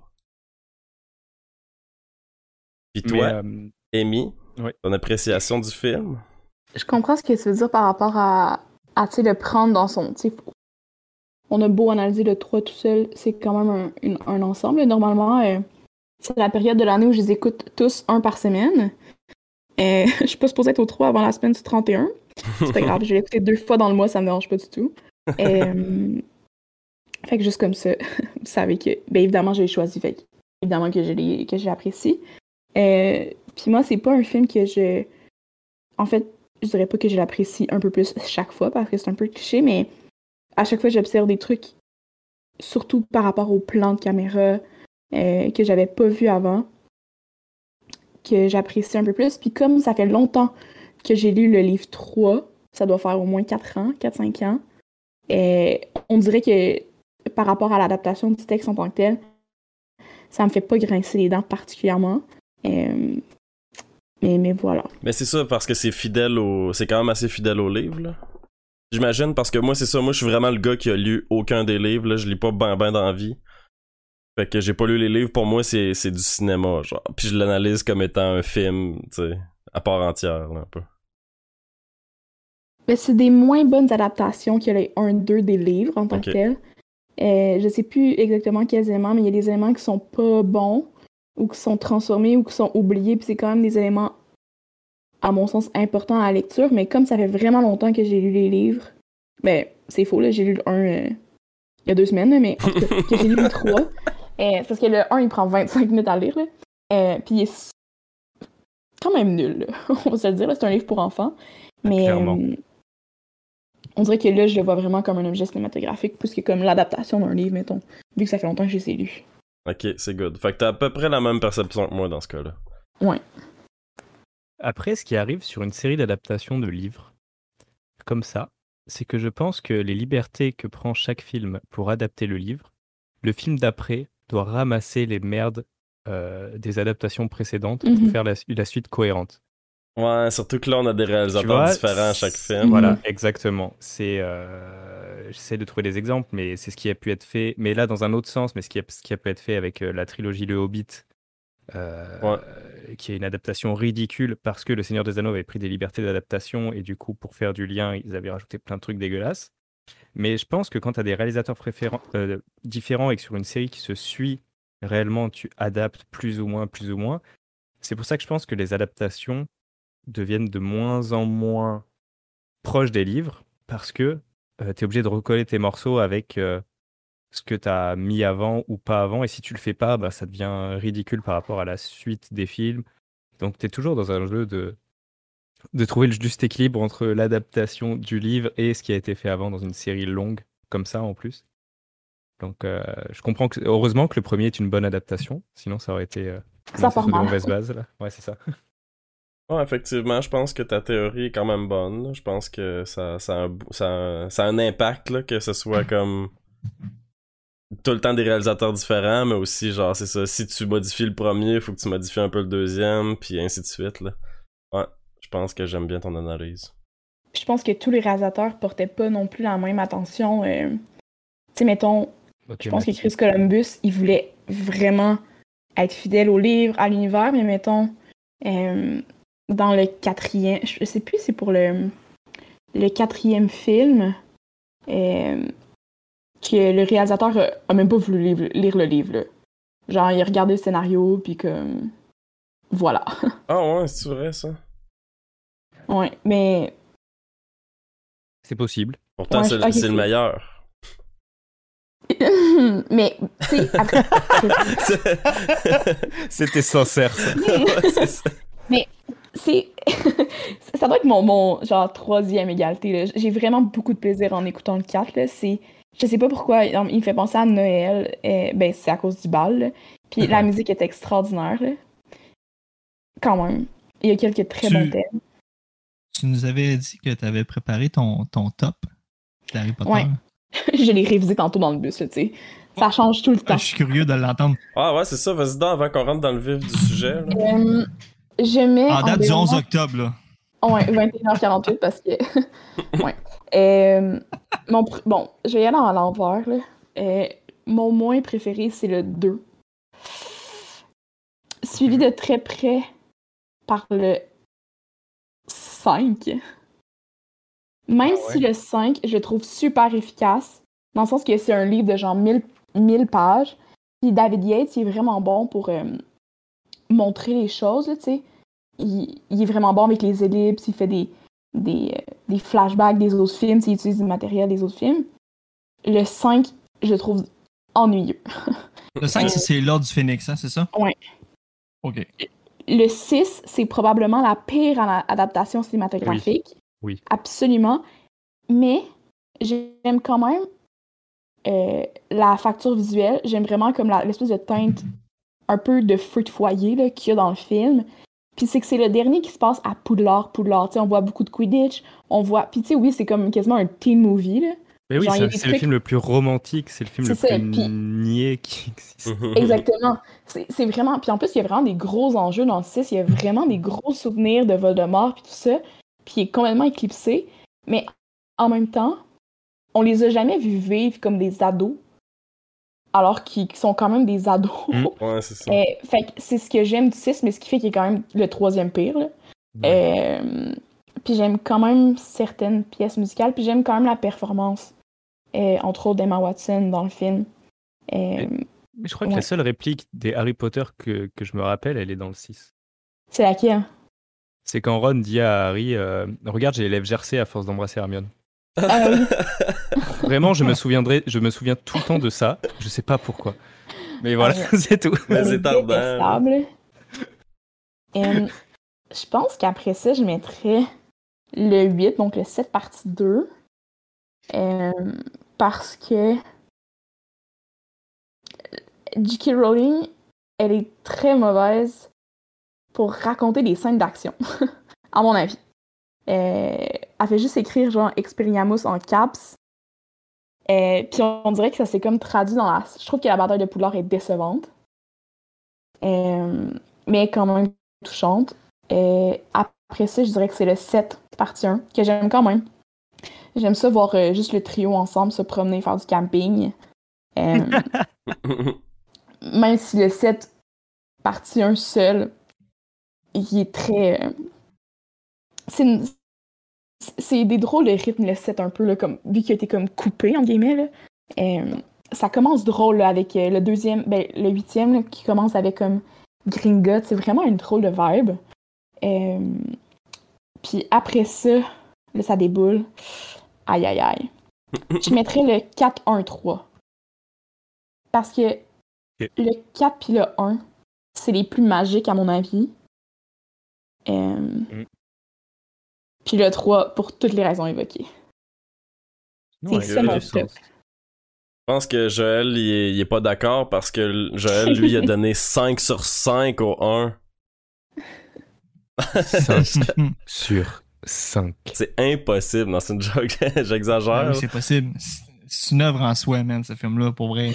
Puis Mais, toi, euh, Amy, ouais. ton appréciation du film? Je comprends ce que tu veux dire par rapport à, à tu sais, le prendre dans son... tu sais, on a beau analyser le trois tout seul, c'est quand même un, une- un ensemble. Normalement, euh, c'est la période de l'année où je les écoute tous un par semaine. Euh, je suis pas supposée être au trois avant la semaine du trente et un. C'est pas grave, je vais l'écouter deux fois dans le mois, ça me dérange pas du tout. Euh, fait que juste comme ça, vous savez que... Ben évidemment, je l'ai choisi, fait que évidemment que je l'ai, que je l'apprécie. Euh, Puis moi, c'est pas un film que je... En fait, je dirais pas que je l'apprécie un peu plus chaque fois parce que c'est un peu cliché, mais à chaque fois, j'observe des trucs, surtout par rapport au plan de caméra euh, que j'avais pas vu avant, que j'apprécie un peu plus. Puis comme ça fait longtemps que j'ai lu le livre trois, ça doit faire au moins quatre ans, quatre cinq ans, euh, on dirait que par rapport à l'adaptation du texte en tant que tel, ça me fait pas grincer les dents particulièrement. Euh, mais, mais voilà. Mais c'est ça, parce que c'est fidèle au... C'est quand même assez fidèle au livre, là. J'imagine, parce que moi, c'est ça. Moi, je suis vraiment le gars qui a lu aucun des livres, là. Je lis pas ben ben dans la vie. Fait que j'ai pas lu les livres. Pour moi, c'est, c'est du cinéma, genre. Puis je l'analyse comme étant un film, tu sais, à part entière, là, un peu. Mais c'est des moins bonnes adaptations que les un deux des livres en tant Ok. que tels. Euh, je sais plus exactement quels éléments, mais il y a des éléments qui sont pas bons, ou qui sont transformés, ou qui sont oubliés, puis c'est quand même des éléments, à mon sens, importants à la lecture, mais comme ça fait vraiment longtemps que j'ai lu les livres, ben, c'est faux, là, j'ai lu le un euh, il y a deux semaines, là, mais en tout cas, que j'ai lu le trois, euh, parce que le un, il prend vingt-cinq minutes à lire, là, euh, puis il est quand même nul, là, on va se le dire, là, c'est un livre pour enfants, mais... Clairement. euh, on dirait que là, je le vois vraiment comme un objet cinématographique, plus que comme l'adaptation d'un livre, mettons, vu que ça fait longtemps que je les ai lus. Ok, c'est good. Fait que t'as à peu près la même perception que moi dans ce cas-là. Ouais. Après, ce qui arrive sur une série d'adaptations de livres, comme ça, c'est que je pense que les libertés que prend chaque film pour adapter le livre, le film d'après doit ramasser les merdes euh, des adaptations précédentes pour Mhm. faire la, la suite cohérente. Ouais, surtout que là, on a des réalisateurs vois, différents à chaque film. Voilà, exactement. C'est, euh, j'essaie de trouver des exemples, mais c'est ce qui a pu être fait. Mais là, dans un autre sens, mais ce qui a, ce qui a pu être fait avec euh, la trilogie Le Hobbit, euh, Ouais. qui est une adaptation ridicule parce que Le Seigneur des Anneaux avait pris des libertés d'adaptation et du coup, pour faire du lien, ils avaient rajouté plein de trucs dégueulasses. Mais je pense que quand tu as des réalisateurs préférents, euh, différents et que sur une série qui se suit réellement, tu adaptes plus ou moins, plus ou moins. C'est pour ça que je pense que les adaptations deviennent de moins en moins proches des livres parce que euh, tu es obligé de recoller tes morceaux avec euh, ce que tu as mis avant ou pas avant. Et si tu le fais pas, bah, ça devient ridicule par rapport à la suite des films. Donc tu es toujours dans un jeu de, de trouver le juste équilibre entre l'adaptation du livre et ce qui a été fait avant dans une série longue, comme ça en plus. Donc euh, je comprends que, heureusement que le premier est une bonne adaptation, sinon ça aurait été euh, Ça sur part de mal. mauvaises bases. Là. Ouais, c'est ça. Ouais, effectivement, je pense que ta théorie est quand même bonne. là. Je pense que ça, ça, a, un, bou- ça, a un- ça a un impact, là, que ce soit comme tout le temps des réalisateurs différents, mais aussi, genre, c'est ça, si tu modifies le premier, il faut que tu modifies un peu le deuxième, puis ainsi de suite, là. Ouais, je pense que j'aime bien ton analyse. Je pense que tous les réalisateurs portaient pas non plus la même attention. euh, Tu sais, mettons, je pense que Chris Columbus, il voulait vraiment être fidèle au livre, à l'univers, mais mettons, euh, dans le quatrième, je sais plus si c'est pour le, le quatrième film, euh, que le réalisateur a, a même pas voulu lire, lire le livre. Là. Genre, il a regardé le scénario, puis comme... Voilà. Ah ouais, c'est vrai, ça? Ouais, mais... C'est possible. Pourtant, Ouais, c'est, ok, c'est c'est- le meilleur. mais, tu sais, après... C'était sincère, ça. Ouais, c'est ça. c'est... ça doit être mon, mon genre troisième égalité. Là. J'ai vraiment beaucoup de plaisir en écoutant le quatre. Là. C'est... Je sais pas pourquoi, il me fait penser à Noël. Euh, ben, c'est à cause du bal. Là. Puis la musique est extraordinaire. Là. Quand même. Il y a quelques très Tu- bons thèmes. Tu nous avais dit que tu avais préparé ton, ton top d'Harry Potter. Ouais. Je l'ai révisé tantôt dans le bus, là, tu sais. Ça change tout le Ah, temps. je suis curieux de l'entendre. Ah ouais, c'est ça, vas-y donc avant qu'on rentre dans le vif du sujet, là. Euh, je mets En date du dehors- onze octobre, là. Ouais, vingt et une heures quarante-huit parce que. ouais. Euh, mon pr- Bon, je vais y aller en l'envers. Là. Euh, mon moins préféré, c'est le deux. Suivi de très près par le cinq. Même Ah ouais. si le cinq, je le trouve super efficace, dans le sens que c'est un livre de genre mille, mille pages. Puis David Yates, il est vraiment bon pour euh, montrer les choses, là, tu sais. Il, il est vraiment bon avec les ellipses, il fait des, des, euh, des flashbacks des autres films, il utilise du matériel des autres films. Le cinq, je le trouve ennuyeux. Le cinq, c'est- c'est l'ordre du Phénix, hein, c'est ça? Ouais. OK. Le six, c'est probablement la pire ana- adaptation cinématographique. Oui. Absolument. Mais j'aime quand même euh, la facture visuelle. J'aime vraiment comme la- l'espèce de teinte un peu de feu de foyer là, qu'il y a dans le film. Puis c'est que c'est le dernier qui se passe à Poudlard, Poudlard. T'sais, on voit beaucoup de Quidditch. On voit... Puis tu sais, oui, c'est comme quasiment un teen movie, là. Mais oui, Genre, il y a c'est, des c'est le trucs- film le plus romantique, c'est le film le C'est ça, plus puis- niais qui existe. Exactement. C'est c'est vraiment... Puis en plus, il y a vraiment des gros enjeux dans le six. Il y a vraiment des gros souvenirs de Voldemort puis tout ça. Puis il est complètement éclipsé. Mais en même temps, on les a jamais vus vivre comme des ados. Alors qu'ils qu'ils sont quand même des ados. Mm. Ouais, c'est ça. Euh, fait que c'est ce que j'aime du six, mais ce qui fait qu'il est quand même le troisième pire. Là. Euh, puis j'aime quand même certaines pièces musicales. Puis j'aime quand même la performance. Euh, entre autres d'Emma Watson dans le film. Euh, Mais je crois que Ouais. la seule réplique des Harry Potter que, que je me rappelle, elle est dans le six. c'est laquelle? C'est quand Ron dit à Harry euh, regarde, j'ai les lèvres gercées à force d'embrasser Hermione. Ah oui. Vraiment, je me souviendrai, je me souviens tout le temps de ça. Je sais pas pourquoi. Mais voilà, Ah c'est tout. Mais Elle c'est est tardant. détestable. Euh, je pense qu'après ça, je mettrais le huit, donc le sept partie deux. Euh, parce que J K. Rowling, elle est très mauvaise pour raconter des scènes d'action, à mon avis. Euh, elle fait juste écrire genre Expelliarmus en caps. Euh, Puis on, on dirait que ça s'est comme traduit dans la... Je trouve que la bataille de Poudlard est décevante. Euh, mais quand même touchante. Euh, après ça, je dirais que c'est le sept, partie un, que j'aime quand même. J'aime ça voir euh, juste le trio ensemble se promener, faire du camping. Euh, même si le sept, partie un seul, il est très... Euh, c'est, une, c'est des drôles de rythmes, le sept, un peu, là, comme, vu qu'il a été comme coupé, en guillemets. Là. Euh, ça commence drôle là, avec euh, le deuxième, ben, le huitième, là, qui commence avec comme Gringot. C'est vraiment une drôle de vibe. Euh, Puis après ça, là, ça déboule. Aïe, aïe, aïe. Je mettrais le quatre un trois. Parce que okay. le quatre puis le un, c'est les plus magiques, à mon avis. Euh... Mm. Puis le trois, pour toutes les raisons évoquées. Non, c'est ça mon top. Je pense que Joël, il est, il est pas d'accord parce que Joël, lui, a donné cinq sur cinq au un. cinq sur cinq. C'est impossible, non, c'est une joke, j'exagère. Ah oui, c'est possible. C'est une œuvre en soi, man, ce film-là, pour vrai.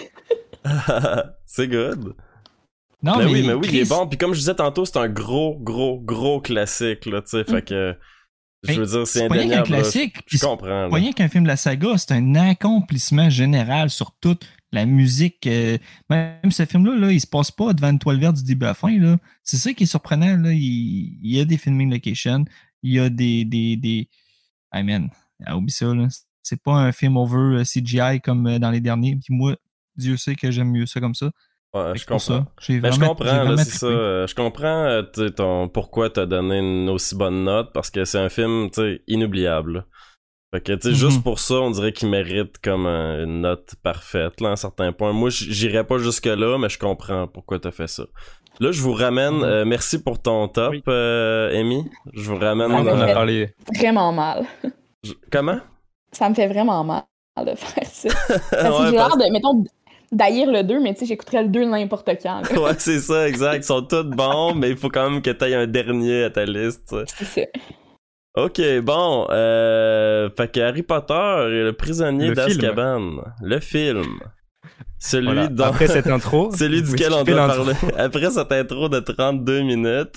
C'est good. Non, mais, mais oui, mais oui, Chris... il est bon. Puis comme je disais tantôt, c'est un gros, gros, gros classique, là, tu sais, fait que... Je veux dire, c'est, c'est indéniable. C'est pas rien qu'un classique. Là, je, je comprends. C'est pas rien qu'un film de la saga, c'est un accomplissement général sur toute la musique. Euh, même ce film-là, là, il se passe pas devant une toile verte du début à la fin. Là. C'est ça qui est surprenant. Là. Il, il y a des filming locations. Il y a des... des, des... I mean, ah, oublie ça. Là. C'est pas un film over C G I comme dans les derniers. Puis moi, Dieu sait que j'aime mieux ça comme ça. Ouais, je comprends. Ça. J'ai ben, vraiment, je comprends, là, c'est trippé. ça. Euh, je comprends euh, ton, pourquoi t'as donné une aussi bonne note, parce que c'est un film, tu sais, inoubliable. Là. Fait que, tu sais, mm-hmm. juste pour ça, on dirait qu'il mérite comme un, une note parfaite, là, à un certain point. Moi, j'irais pas jusque-là, mais je comprends pourquoi t'as fait ça. Là, je vous ramène, mm-hmm. euh, merci pour ton top, oui. euh, Amy. Je vous ramène... Ça me euh, fait parler. vraiment mal. Je... Comment? Ça me fait vraiment mal de faire ça. Parce que ouais, j'ai parce... l'air de, mettons, d'haïr le deux, mais tu sais, j'écouterais le deux n'importe quand. Là. Ouais, c'est ça, exact. Ils sont tous bons, mais il faut quand même que t'ailles un dernier à ta liste. T'sais. C'est ça. Ok, bon. Euh, fait que Harry Potter et le prisonnier le d'Azkaban. Film. Le film. Celui voilà. dont... Après cette intro. Celui duquel on doit parler. Après cette intro de trente-deux minutes.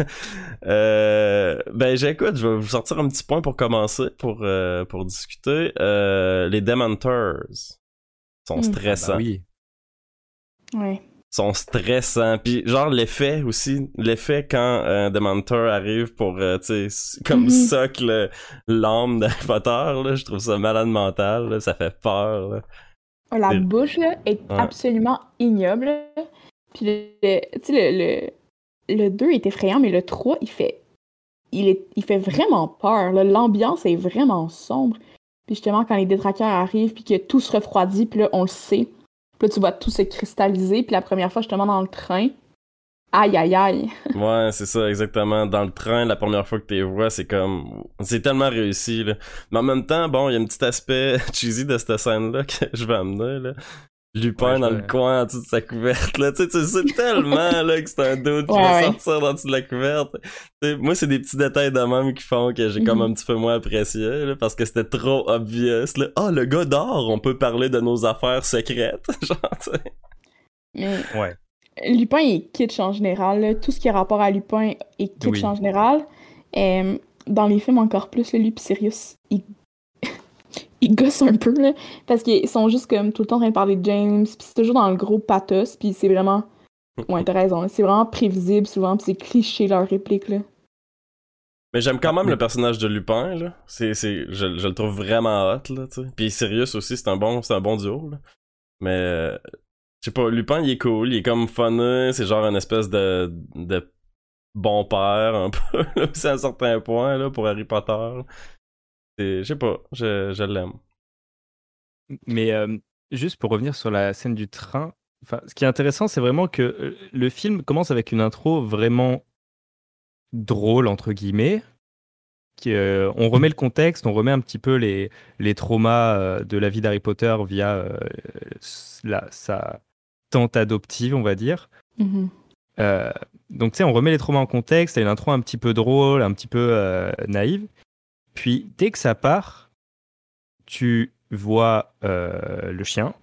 euh, ben, j'écoute, je vais vous sortir un petit point pour commencer, pour, euh, pour discuter. Euh, les Dementors sont stressants. Ah bah oui. Ouais. Sont stressants. Puis genre l'effet aussi, l'effet quand un euh, Dementor arrive pour, euh, tu sais, comme mm-hmm. socle l'âme d'Harry Potter, là, je trouve ça malade mental, là, ça fait peur. Là. La C'est... bouche là, est ouais. absolument ignoble. Puis le, tu sais, le, le, le deux est effrayant, mais le trois, il fait, il est, il fait vraiment peur. Là. L'ambiance est vraiment sombre. Puis justement, quand les détraqueurs arrivent, puis que tout se refroidit, puis là, on le sait. Puis là, tu vois tout se cristalliser. Puis la première fois, justement, dans le train, aïe, aïe, aïe. Ouais, c'est ça, exactement. Dans le train, la première fois que tu les vois, c'est comme... C'est tellement réussi, là. Mais en même temps, bon, il y a un petit aspect cheesy de cette scène-là que je vais amener, là. Lupin ouais, dans vais... le coin en dessous de sa couverte, là. Tu sais, tu sais tellement, là, que c'est un doute qui ouais, va ouais. sortir en dessous de la couverte. T'sais, moi, c'est des petits détails de même qui font que j'ai mm-hmm. comme un petit peu moins apprécié, là, parce que c'était trop obvious, là. Ah, oh, le gars dort, on peut parler de nos affaires secrètes, genre, tu sais. Mais... Ouais. Lupin est kitsch en général, là. Tout ce qui a rapport à Lupin est kitsch oui. en général. Euh, dans les films, encore plus, là, lui pis Sirius, ils... ils gossent un peu, là, parce qu'ils sont juste comme tout le temps en train de parler de James, pis c'est toujours dans le gros pathos, pis c'est vraiment... Ouais, t'as raison, là. C'est vraiment prévisible souvent, pis c'est cliché leur réplique, là. Mais j'aime quand même le personnage de Lupin, là. C'est, c'est, je, je le trouve vraiment hot, là, tu sais. Pis Sirius aussi, c'est un bon, c'est un bon duo, là. Mais... Euh... Je sais pas, Lupin, il est cool, il est comme funny, c'est genre une espèce de, de bon père, un peu, c'est à un certain point, là, pour Harry Potter. Je sais pas, je, je l'aime. Mais euh, juste pour revenir sur la scène du train, ce qui est intéressant, c'est vraiment que le film commence avec une intro vraiment drôle, entre guillemets. Qui, euh, on remet le contexte, on remet un petit peu les, les traumas euh, de la vie d'Harry Potter via euh, la, sa tante adoptive, on va dire. Mm-hmm. Euh, donc, tu sais, on remet les traumas en contexte, il y a une intro un petit peu drôle, un petit peu euh, naïve. Puis, dès que ça part, tu vois euh, le chien.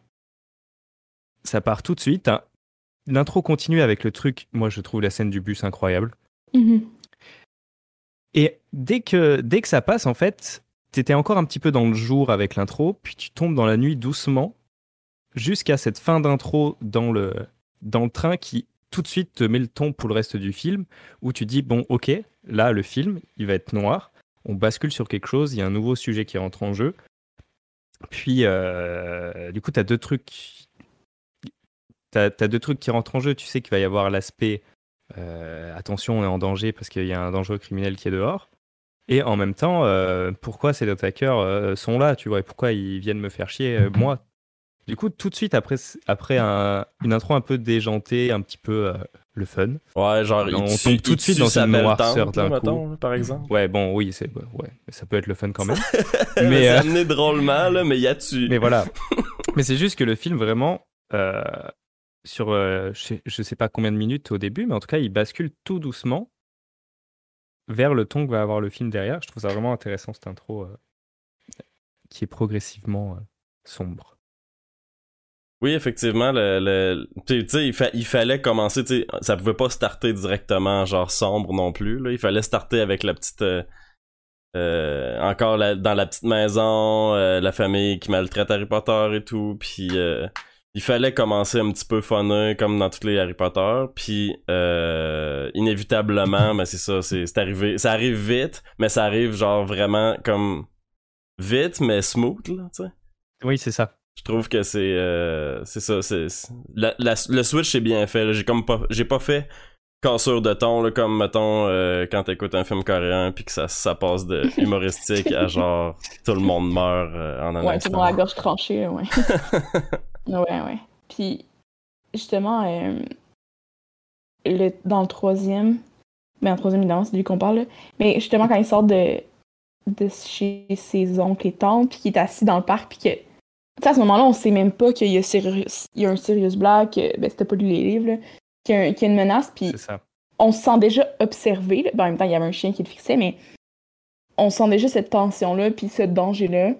Ça part tout de suite. Hein. L'intro continue avec le truc, moi je trouve la scène du bus incroyable. Mm-hmm. Et dès que, dès que ça passe, en fait, t'étais encore un petit peu dans le jour avec l'intro, puis tu tombes dans la nuit doucement, jusqu'à cette fin d'intro dans le, dans le train qui tout de suite te met le ton pour le reste du film, où tu dis, bon, ok, là, le film, il va être noir, on bascule sur quelque chose, il y a un nouveau sujet qui rentre en jeu. Puis, euh, du coup, t'as deux trucs... T'as, t'as deux trucs qui rentrent en jeu. Tu sais qu'il va y avoir l'aspect euh, attention, on est en danger parce qu'il y a un dangereux criminel qui est dehors. Et en même temps, euh, pourquoi ces attaqueurs euh, sont là, tu vois, et pourquoi ils viennent me faire chier, euh, moi. Du coup, tout de suite, après, après un, une intro un peu déjantée, un petit peu euh, le fun. Ouais, genre, on il tombe tue, tout de suite dans sa une belle noirceur tante, d'un là, coup. mettons, là, par exemple. Ouais, bon, oui, c'est, ouais, mais ça peut être le fun quand même. mais mais c'est euh, amené drôlement, là, mais il y a tu. Mais voilà. Mais c'est juste que le film, vraiment, euh, sur euh, je, sais, je sais pas combien de minutes au début, mais en tout cas, il bascule tout doucement vers le ton que va avoir le film derrière. Je trouve ça vraiment intéressant, cette intro euh, qui est progressivement euh, sombre. Oui, effectivement, le, le tu sais, il, fa- il fallait commencer, tu sais, ça pouvait pas starter directement genre sombre non plus, là. Il fallait starter avec la petite, euh, euh, encore la, dans la petite maison, euh, la famille qui maltraite Harry Potter et tout, puis euh, il fallait commencer un petit peu funner comme dans tous les Harry Potter, puis euh, inévitablement, ben c'est ça, c'est, c'est arrivé, ça arrive vite, mais ça arrive genre vraiment comme vite mais smooth là, tu sais. Oui, c'est ça. Je trouve que c'est euh, c'est ça, c'est, c'est la, la, le switch est bien fait. Là. J'ai comme pas j'ai pas fait cassure de ton là, comme mettons euh, quand t'écoutes un film coréen puis que ça ça passe de humoristique à genre tout le monde meurt euh, en un ouais, instant. tout le monde a la gorge tranchée, ouais. ouais, ouais. Puis justement, euh, le, dans le troisième, ben en troisième évidemment, c'est lui qu'on parle, là. Mais justement quand il sort de de chez ses oncles et tantes puis qu'il est assis dans le parc puis que tu sais, à ce moment-là, on sait même pas qu'il y a, Sirius, il y a un Sirius Black, ben c'était pas lu les livres, là, qu'il y a, qu'il y a une menace, puis on se sent déjà observé. Là. Ben, en même temps, il y avait un chien qui le fixait, mais on sent déjà cette tension-là, puis ce danger-là,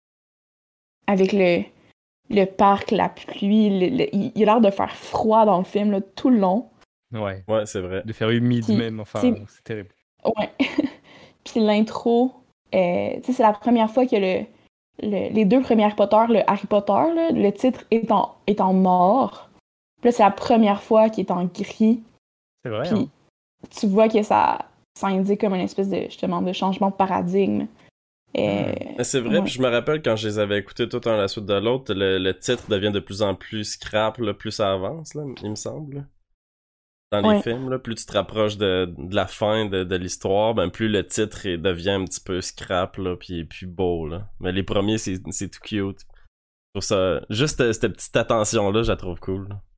avec le, le parc, la pluie, le, le, il, il a l'air de faire froid dans le film là, tout le long. Ouais, ouais c'est vrai. De faire humide puis, même, enfin, c'est terrible. Ouais. Puis l'intro, euh, tu sais, c'est la première fois que le Le, les deux premiers Harry Potter, le Harry Potter, là, le titre est en, est en or. Puis là, c'est la première fois qu'il est en gris. C'est vrai, puis, hein? Tu vois que ça, ça indique comme une espèce de, justement, de changement de paradigme. Et, mmh. C'est vrai, ouais. Puis je me rappelle quand je les avais écoutés tout un à la suite de l'autre, le, le titre devient de plus en plus scrap, là, plus ça avance, là, il me semble. Dans les ouais. films, là, plus tu te rapproches de, de la fin de, de l'histoire, ben plus le titre est, devient un petit peu scrap, là, pis plus beau, là. Mais les premiers, c'est, c'est tout cute. Pour ça, juste euh, cette petite attention-là, je la trouve cool. Là.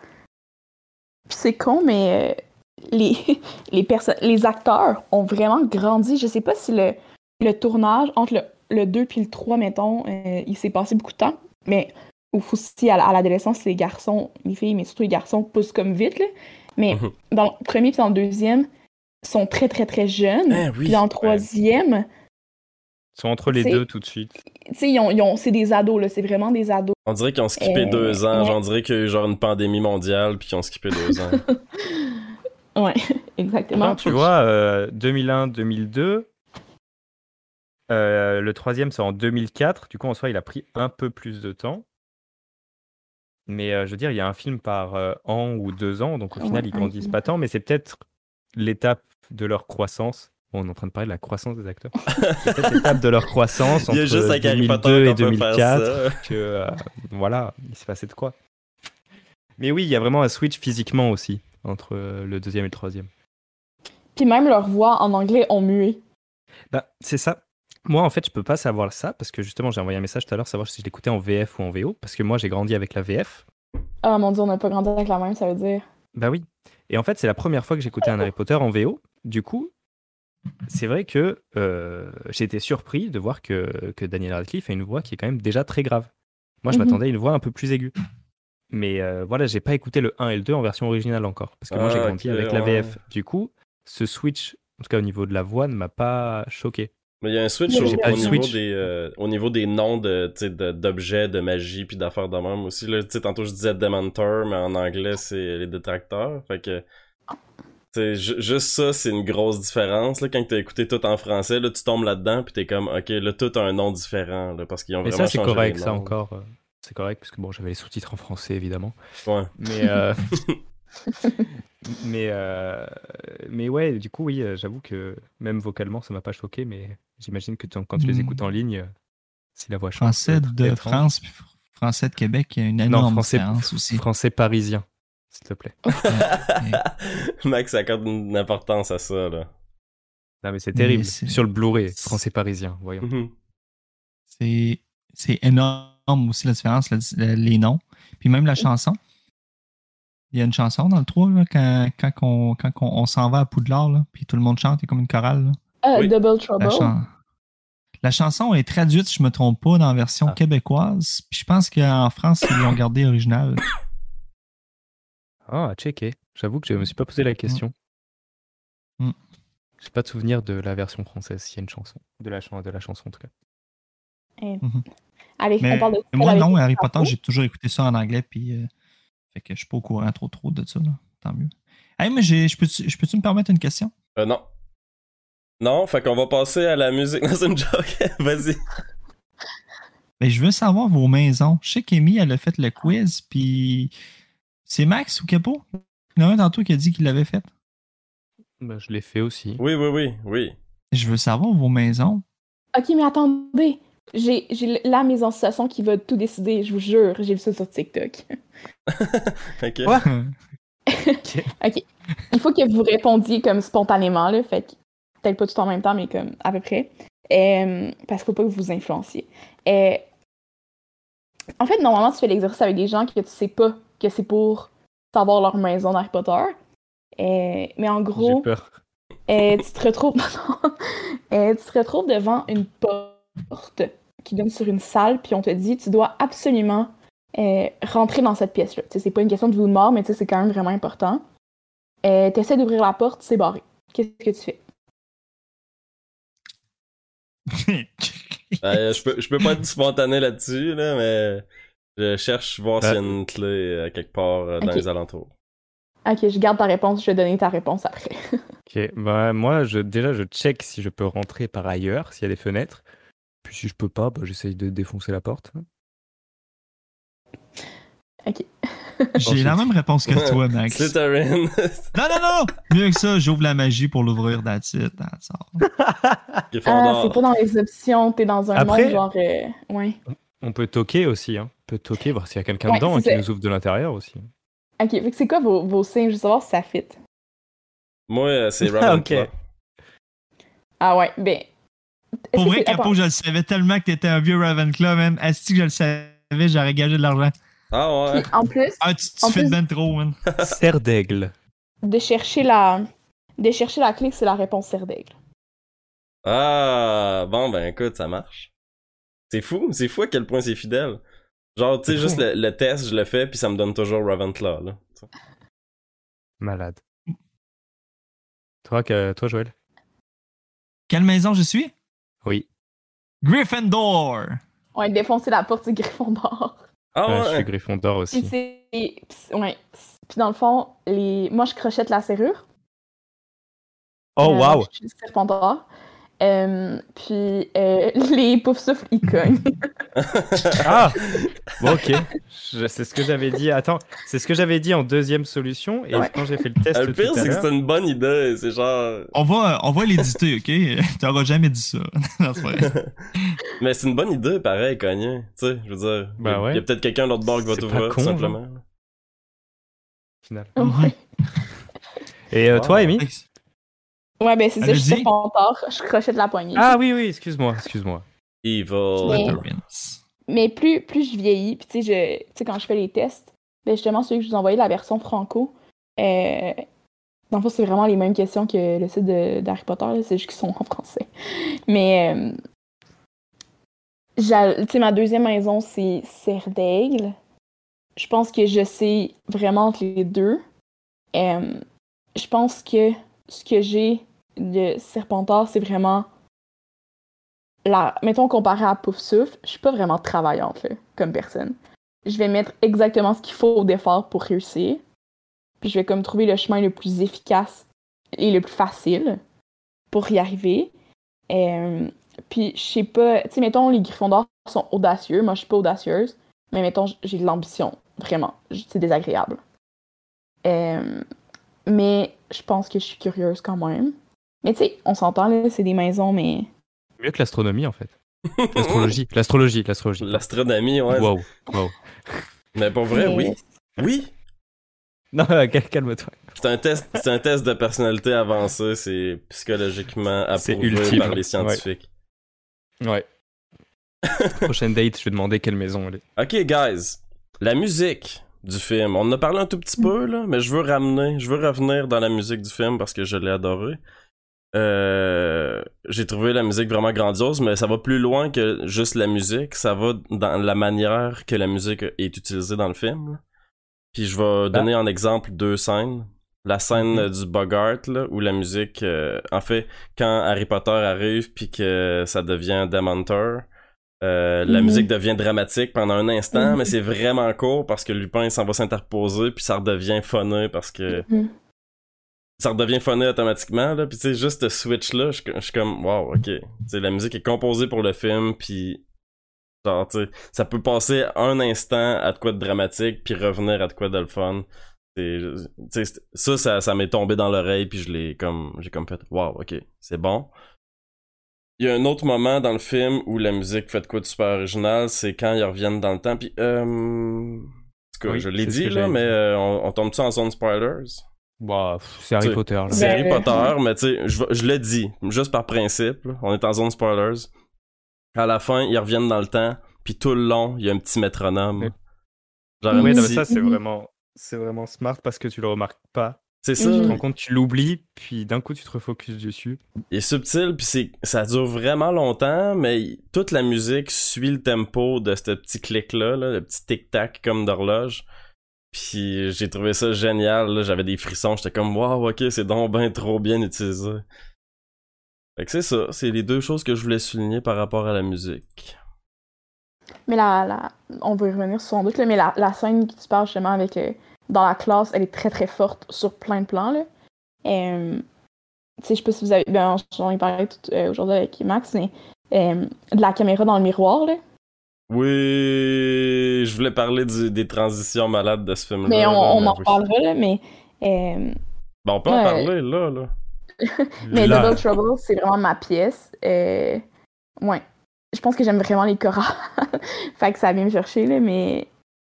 C'est con, mais euh, les, les, perso- les acteurs ont vraiment grandi. Je sais pas si le, le tournage, entre le, le deux puis le trois, mettons, euh, il s'est passé beaucoup de temps, mais aussi à, à l'adolescence, les garçons, les filles, mais surtout les garçons, poussent comme vite, là. Mais mmh. dans le premier et dans le deuxième, ils sont très, très, très jeunes. Eh oui, puis dans le troisième... Ouais. Ils sont entre les deux tout de suite. Tu sais, ils ont, ils ont, c'est des ados, là. C'est vraiment des ados. On dirait qu'ils ont skippé euh, deux ans. Ouais. Genre, on dirait qu'il y a eu genre une pandémie mondiale puis qu'ils ont skippé deux ans. Ouais, exactement. Alors, tu vois, euh, deux mille un deux mille deux, euh, le troisième, c'est en deux mille quatre. Du coup, en soi, il a pris un peu plus de temps. Mais euh, je veux dire, il y a un film par euh, an ou deux ans, donc au final, ouais, ils grandissent ouais. pas tant, mais c'est peut-être l'étape de leur croissance. Bon, on est en train de parler de la croissance des acteurs. C'est peut-être l'étape de leur croissance entre deux mille deux et deux mille quatre que, euh, voilà, il s'est passé de quoi. Mais oui, il y a vraiment un switch physiquement aussi entre euh, le deuxième et le troisième. Puis même leur voix en anglais ont mué. Bah, c'est ça. Moi, en fait, je peux pas savoir ça parce que justement, j'ai envoyé un message tout à l'heure savoir si je l'écoutais en V F ou en V O parce que moi, j'ai grandi avec la V F. Ah oh, mon Dieu, on n'a pas grandi avec la même, ça veut dire. Bah oui. Et en fait, c'est la première fois que j'écoutais un Harry Potter en V O. Du coup, c'est vrai que euh, j'ai été surpris de voir que, que Daniel Radcliffe a une voix qui est quand même déjà très grave. Moi, je mm-hmm. m'attendais à une voix un peu plus aiguë. Mais euh, voilà, j'ai pas écouté le un et le deux en version originale encore parce que ah, moi, j'ai grandi okay, avec ouais. la V F. Du coup, ce switch, en tout cas au niveau de la voix, ne m'a pas choqué. Mais il y a un switch au, au, niveau switch. Des, euh, au niveau des noms de, de, d'objets, de magie puis d'affaires de même aussi. Là, tantôt je disais Dementor, mais en anglais c'est les détracteurs. Fait que T'sais, ju- juste ça, c'est une grosse différence. Là, quand t'as écouté tout en français, là, tu tombes là-dedans, pis t'es comme, ok, là, tout a un nom différent, là, parce qu'ils ont Mais vraiment ça, c'est changé correct, les ça noms. encore. euh, C'est correct, parce que bon, j'avais les sous-titres en français, évidemment. Ouais. Mais, euh, mais, euh, mais ouais, du coup, oui, euh, j'avoue que même vocalement, ça m'a pas choqué, mais j'imagine que tu- quand tu les Hmm. écoutes en ligne, euh, si la voix change, ça Français doit être très de étrange. France puis fr- français de Québec, il y a une Non, énorme français, différence aussi. français parisien, s'il te plaît. Max accorde une importance à ça, là. Non, mais c'est Mais terrible. c'est- Sur le Blu-ray, français parisien, voyons. Mhm. C'est c'est énorme aussi la différence, la- la- les noms. Puis même la chanson. Il y a une chanson dans le trois, là, quand, quand, on, quand on, on s'en va à Poudlard, là, puis tout le monde chante, c'est comme une chorale. Là. Ah, Oui. Double Trouble. La, chan- la chanson est traduite, si je me trompe pas, dans la version Ah. québécoise. Puis je pense qu'en France, ils l'ont gardé original. Ah, à checker. J'avoue que je me suis pas posé la question. Mm. J'ai pas de souvenir de la version française, s'il y a une chanson. De la, chan- de la chanson, en tout cas. Eh. Mhm. Avec, Mais on parle de mais moi, avec non, les Harry Potter, chapeaux. j'ai toujours écouté ça en anglais, puis euh, fait que je suis pas au courant trop trop de ça. Là. Tant mieux. Hey, mais j'ai- je peux-tu je peux-tu me permettre une question? Euh, non. Non, fait qu'on va passer à la musique. Non, c'est une joke. Vas-y. Ben, je veux savoir vos maisons. Je sais qu'Amy, elle a fait le quiz, puis c'est Max ou Capo? Il y en a un tantôt qui a dit qu'il l'avait fait. Bah, je l'ai fait aussi. Oui, oui, oui, oui. Je veux savoir vos maisons. Ok, mais attendez. J'ai j'ai la maison de situation qui va tout décider, je vous jure. J'ai vu ça sur TikTok. Ok. Quoi? Ok. Il faut que vous répondiez comme spontanément, là. Fait que peut-être pas tout en même temps, mais comme à peu près. Euh, parce qu'il faut pas que vous vous influenciez. Euh, en fait, normalement, tu fais l'exercice avec des gens que tu sais pas que c'est pour savoir leur maison d'Harry Potter. Euh, mais en J'ai gros, peur. euh, tu te retrouves non, euh, tu te retrouves devant une porte qui donne sur une salle, puis on te dit tu dois absolument euh, rentrer dans cette pièce-là. Tu sais, c'est pas une question de vie ou de mort, mais tu sais, c'est quand même vraiment important. Euh, tu essaies d'ouvrir la porte, c'est barré. Qu'est-ce que tu fais? Euh, je, peux, je peux pas être spontané là-dessus, là, mais je cherche voir s'il y a une clé euh, quelque part euh, dans Ok. les alentours. Ok, je garde ta réponse, je vais donner ta réponse après. Ok, bah, moi, je, déjà, je check si je peux rentrer par ailleurs, s'il y a des fenêtres. Puis si je peux pas, bah, j'essaye de défoncer la porte. Ok. J'ai la même réponse que toi, Max. Slytherin. Non, non, non! Mieux que ça, j'ouvre la magie pour l'ouvrir, that's it, that's all. Ah, Gryffondor. c'est pas dans les options, t'es dans un Après- monde genre. euh, Ouais. On peut toquer aussi, hein. On peut toquer, voir s'il y a quelqu'un Ouais, dedans hein, c'est qui ça. nous ouvre de l'intérieur aussi. Ok, fait que c'est quoi vos, vos signes? Je veux savoir si ça fit. Moi, euh, c'est Ah, Ravenclaw. ok. Ah ouais, ben. est-ce Pour que vrai, c'est- Capo, attends. je le savais tellement que t'étais un vieux Ravenclaw, man. Asti que je le savais, j'aurais gagé de l'argent. Ah ouais. Puis, en plus, Ah, tu, tu En fais de plus- ben trop, man. Serre d'aigle. de chercher la. De chercher la clé, c'est la réponse serre d'aigle. Ah, bon, ben écoute, ça marche. C'est fou, c'est fou à quel point c'est fidèle. Genre, tu sais, C'est juste fou. le, le test, je le fais, puis ça me donne toujours Ravenclaw, là. Malade. Toi, que, toi, Joël? Quelle maison je suis? Oui. Gryffindor! Ouais, défoncer la porte du Gryffondor. Ah Ouais, je ouais. suis Gryffondor Puis aussi. c'est. puis c'est- Ouais. Puis dans le fond, les... moi je crochette la serrure. Oh, Euh, wow! Je suis Serpentard. Euh, puis euh, les poufs souffles, ils cognent. Ah! Bon, ok. Je- C'est ce que j'avais dit. Attends, c'est ce que j'avais dit en deuxième solution. Et Ouais. quand j'ai fait le test Le tout pire, à c'est que l'heure- c'est une bonne idée. C'est genre. On va, on va l'éditer, ok? T'auras jamais dit ça. Non, c'est pas vrai. Mais c'est une bonne idée, pareil, cogné. Tu sais, je veux dire. Bah il y a- ouais. il y a peut-être quelqu'un de l'autre bord qui va C'est t'ouvrir, pas tout con, simplement. final. Ouais. Et euh, Wow. toi, Amy? Ouais, ben c'est ça, Elle je a suis dit? Serpentard, je crochette la poignée. Ah oui, oui, excuse-moi, excuse-moi. Evil. Mais- Slytherins. Mais plus, plus je vieillis, puis tu sais, je- tu sais, quand je fais les tests, ben justement, celui que je vous envoyais, la version franco, euh, dans le fond, c'est vraiment les mêmes questions que le site de- d'Harry Potter, là, c'est juste qu'ils sont en français. Mais, euh, j'a- tu sais, ma deuxième maison, c'est Serre d'Aigle. Je pense que je sais vraiment entre les deux. Euh, je pense que ce que j'ai de Serpentard, c'est vraiment la, mettons, comparé à Poufsouffle, je suis pas vraiment travaillante là, comme personne. Je vais mettre exactement ce qu'il faut au d'effort pour réussir. Puis je vais comme trouver le chemin le plus efficace est le plus facile pour y arriver. Euh, puis, je sais pas, tu sais, mettons, les Gryffondors sont audacieux. Moi, je suis pas audacieuse. Mais mettons, j'ai de l'ambition. Vraiment. C'est désagréable. Euh, mais je pense que je suis curieuse quand même. Mais tu sais, on s'entend, là, c'est des maisons, mais... Mieux que l'astronomie, en fait. L'astrologie, l'astrologie, l'astrologie. L'astronomie, ouais. Wow, wow. Mais pour vrai, Mais- oui. Oui. Non, cal- calme-toi. C'est un test, c'est un test de personnalité avancé, c'est psychologiquement C'est approuvé ultime. par les scientifiques. Ouais. Prochaine date, je vais demander quelle maison elle est. Ok, guys, la musique du film, on en a parlé un tout petit peu là, mais je veux ramener, je veux revenir dans la musique du film parce que je l'ai adoré. Euh, j'ai trouvé la musique vraiment grandiose, mais ça va plus loin que juste la musique, ça va dans la manière que la musique est utilisée dans le film. là. Puis je vais donner en exemple deux scènes. La scène euh, du Bogart, là, où la musique... euh, en fait, quand Harry Potter arrive puis que ça devient Dementor, euh, la Mhm. musique devient dramatique pendant un instant, Mhm. mais c'est vraiment court parce que Lupin s'en va s'interposer puis ça redevient funné parce que... Mhm. Ça redevient funné automatiquement, là. Puis tu sais, juste ce switch-là, je je suis comme, wow, ok. Tu sais, la musique est composée pour le film, puis... Genre, tu sais, ça peut passer un instant à de quoi de dramatique, puis revenir à de quoi de le fun. C'est, tu sais, ça, ça, ça m'est tombé dans l'oreille, puis je l'ai comme, j'ai comme fait, wow, ok, c'est bon. Il y a un autre moment dans le film où la musique fait de quoi de super original, c'est quand ils reviennent dans le temps, puis euh... En tout cas, Oui, je l'ai c'est ce dit, que là, j'allais mais dire. euh, on, on tombe-tu en zone spoilers? Bah, pff, c'est Harry Tu sais, Potter, là. C'est Ben, Harry euh, Potter, mais tu sais, je, vais- je le dis, juste par principe, là, on est en zone spoilers. À la fin, ils reviennent dans le temps, puis tout le long, il y a un petit métronome. Oui. Genre un Oui, non, mais petit- ça, c'est Mhm. vraiment, c'est vraiment smart parce que tu le remarques pas. C'est ça, Mhm. Tu te rends compte, tu l'oublies, puis d'un coup, tu te refocuses dessus. il est subtil, puis c'est, ça dure vraiment longtemps, mais il- toute la musique suit le tempo de ce petit clic-là, là, le petit tic-tac comme d'horloge. Puis j'ai trouvé ça génial, là, j'avais des frissons, j'étais comme wow, ok, c'est donc ben trop bien utilisé. Fait que c'est ça, c'est les deux choses que je voulais souligner par rapport à la musique. Mais la, la... on va y revenir sans doute, là, mais la, la scène que tu parles justement avec euh, dans la classe, elle est très très forte sur plein de plans. Là. Euh, tu sais, je sais pas si vous avez. Ben, j'en ai parlé tout, euh, aujourd'hui avec Max, mais euh, de la caméra dans le miroir, là. Oui, je voulais parler du- des transitions malades de ce film-là. Mais on, là, on mais en oui. reparlera, là, mais. euh, Ben, on peut en Ouais. parler, là, là. mais Là. Double Trouble, c'est vraiment ma pièce. Euh, ouais. Je pense que j'aime vraiment les chorales. Fait que ça vient me chercher, là, mais.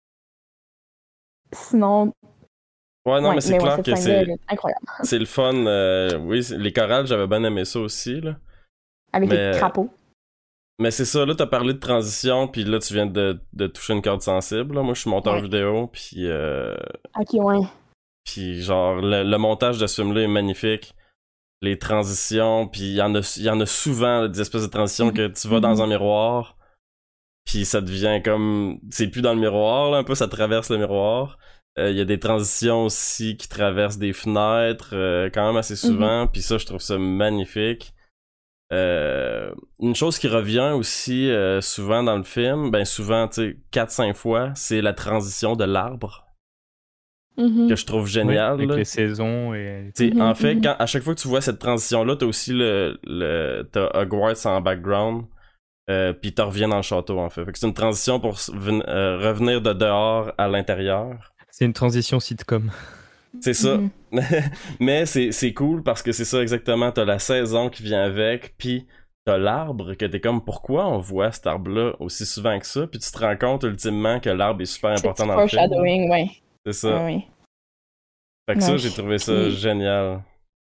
Sinon. Ouais, non, ouais, mais c'est ouais, clair cette que scène-là, c'est, elle est incroyable. c'est le fun. euh, oui, c'est- les chorales, j'avais bien aimé ça aussi, là. Avec mais- les crapauds. Mais c'est ça, là, t'as parlé de transition, puis là, tu viens de, de toucher une corde sensible, là. Moi, je suis monteur Ouais. vidéo, puis... Euh, Ok, ouais. puis genre, le, le montage de ce film-là est magnifique. Les transitions, puis il y en a, il y en a souvent, là, des espèces de transitions que tu vas dans un miroir, puis ça devient comme... C'est plus dans le miroir, là, un peu, ça traverse le miroir. Euh, Il y a des transitions aussi qui traversent des fenêtres, euh, quand même assez souvent, puis ça, je trouve ça magnifique. Euh, une chose qui revient aussi euh, souvent dans le film, ben souvent, tu sais, quatre cinq fois, c'est la transition de l'arbre, Mhm. que je trouve Ouais, génial. avec là. les saisons et. Tu sais, Mhm, en fait, mhm. quand, à chaque fois que tu vois cette transition-là, t'as aussi le, le t'as Hogwarts en background, euh, puis t'en reviens dans le château, en fait. Fait que c'est une transition pour s- ven- euh, revenir de dehors à l'intérieur. C'est une transition sitcom. C'est ça. Mhm. Mais c'est, c'est cool parce que c'est ça exactement. T'as la saison qui vient avec, puis t'as l'arbre que t'es comme, pourquoi on voit cet arbre-là aussi souvent que ça? Puis tu te rends compte ultimement que l'arbre est super C'est important du dans le film. foreshadowing, ouais. C'est ça. Ouais, ouais. Fait que ça, Ouais. j'ai trouvé ça Puis- génial.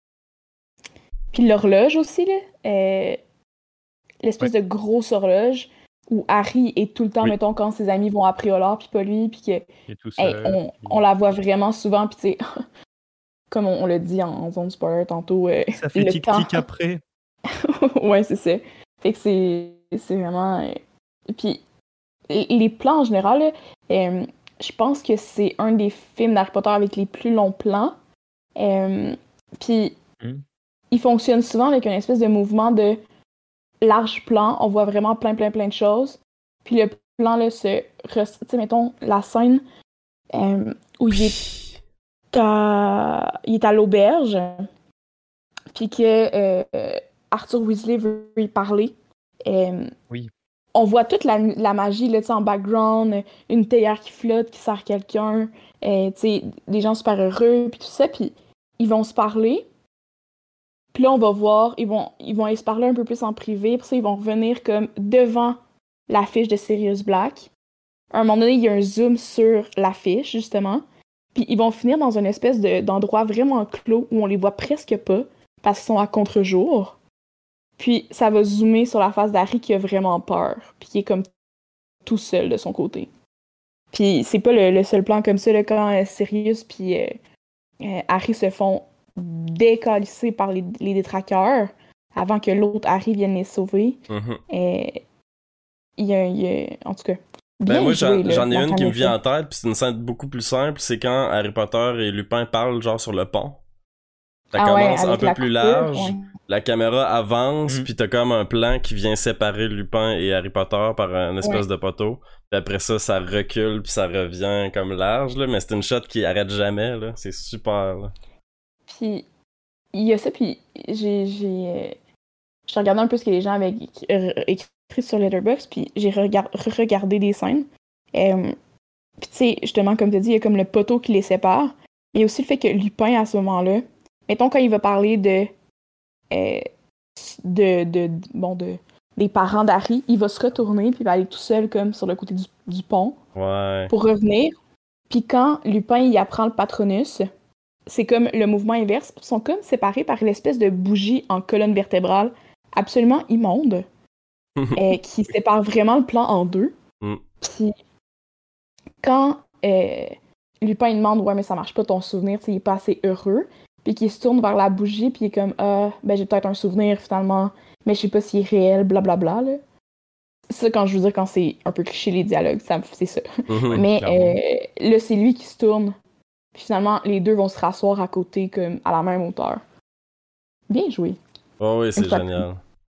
Puis l'horloge aussi, là. euh, l'espèce de grosse horloge où Harry est tout le temps, Oui. mettons, quand ses amis vont à Priolor, puis pas lui, puis que Et tout hey, seul. on, puis- on la voit vraiment souvent, puis tu sais, comme on, on l'a dit en, en zone spoiler tantôt, euh, Ça fait le tic-tic temps- après. ouais, c'est ça. Fait que c'est, c'est vraiment... euh, Puis l- les plans en général, là, euh, je pense que c'est un des films d'Harry Potter avec les plus longs plans. Euh, Puis Mm. il fonctionne souvent avec une espèce de mouvement de large plan. On voit vraiment plein, plein, plein de choses. Puis le plan, là, se... res- Tu sais, mettons, la scène euh, où il est à, il est à l'auberge. puis que euh, Arthur Weasley veut lui parler. Euh, Oui. On voit toute la, la magie là, en background, une théière qui flotte, qui sert quelqu'un, euh, des gens super heureux, puis tout ça, puis ils vont se parler. Puis là, on va voir, ils vont, ils vont aller se parler un peu plus en privé, puis ça, ils vont revenir comme devant l'affiche de Sirius Black. À un moment donné, il y a un zoom sur l'affiche, justement. Puis ils vont finir dans une espèce de, d'endroit vraiment clos où on les voit presque pas, parce qu'ils sont à contre-jour. Puis ça va zoomer sur la face d'Harry qui a vraiment peur, puis qui est comme tout seul de son côté. Puis c'est pas le, le seul plan comme ça, là, quand euh, Sirius puis euh, euh, Harry se font décalisser par les, les détraqueurs avant que l'autre Harry vienne les sauver. Mm-hmm. Et il y a, il y a en tout cas ben bien moi joué, j'en, là, j'en ai dans une qui me Hamilton. vient en tête, puis c'est une scène beaucoup plus simple, c'est quand Harry Potter et Lupin parlent genre sur le pont. Ça Ah ouais, commence un avec peu la plus coupure, large, ouais. la caméra avance, Mhm. puis t'as comme un plan qui vient séparer Lupin et Harry Potter par un espèce Ouais. de poteau. Puis après ça, ça recule, puis ça revient comme large, là, mais c'est une shot qui arrête jamais, là. C'est super, là. Puis il y a ça, puis j'ai j'ai euh, j'ai regardé un peu ce que les gens avaient écrit, euh, écrit sur Letterboxd, puis j'ai regard- regardé des scènes. Euh, puis tu sais, justement, comme tu as dit, il y a comme le poteau qui les sépare. Il y a aussi le fait que Lupin, à ce moment-là, mettons quand il va parler de, euh, de, de, bon, de des parents d'Harry, il va se retourner, puis il va aller tout seul comme sur le côté du, du pont Ouais. pour revenir. Puis quand Lupin, il apprend le Patronus, c'est comme le mouvement inverse. Ils sont comme séparés par une espèce de bougie en colonne vertébrale absolument immonde euh, qui sépare vraiment le plan en deux. Mm. Puis quand euh, Lupin il demande « Ouais, mais ça marche pas ton souvenir, il est pas assez heureux », puis qu'il se tourne vers la bougie, puis il est comme « Ah, ben j'ai peut-être un souvenir finalement, mais je sais pas s'il est réel, blablabla. » là. Ça, quand je veux dire, quand c'est un peu cliché les dialogues, ça, c'est ça. Mhm. Mais clairement. euh, là, c'est lui qui se tourne. Puis finalement, les deux vont se rasseoir à côté, comme à la même hauteur. Bien joué. Oh oui, c'est Une fois génial.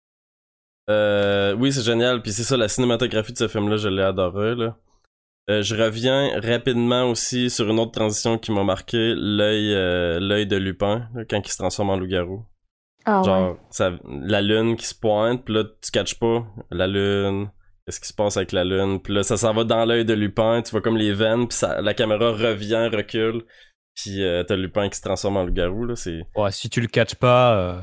Euh, oui, c'est génial. Puis c'est ça, la cinématographie de ce film-là, je l'ai adoré, là. Euh, je reviens rapidement aussi sur une autre transition qui m'a marqué, l'œil euh, l'œil de Lupin, là, quand il se transforme en loup-garou. Ah Genre, ouais. ça, la lune qui se pointe, puis là, tu catches pas la lune, qu'est-ce qui se passe avec la lune, puis là, ça s'en va dans l'œil de Lupin, tu vois comme les veines, puis ça, la caméra revient, recule, puis euh, t'as Lupin qui se transforme en loup-garou, là, c'est... Ouais, si tu le catches pas, euh,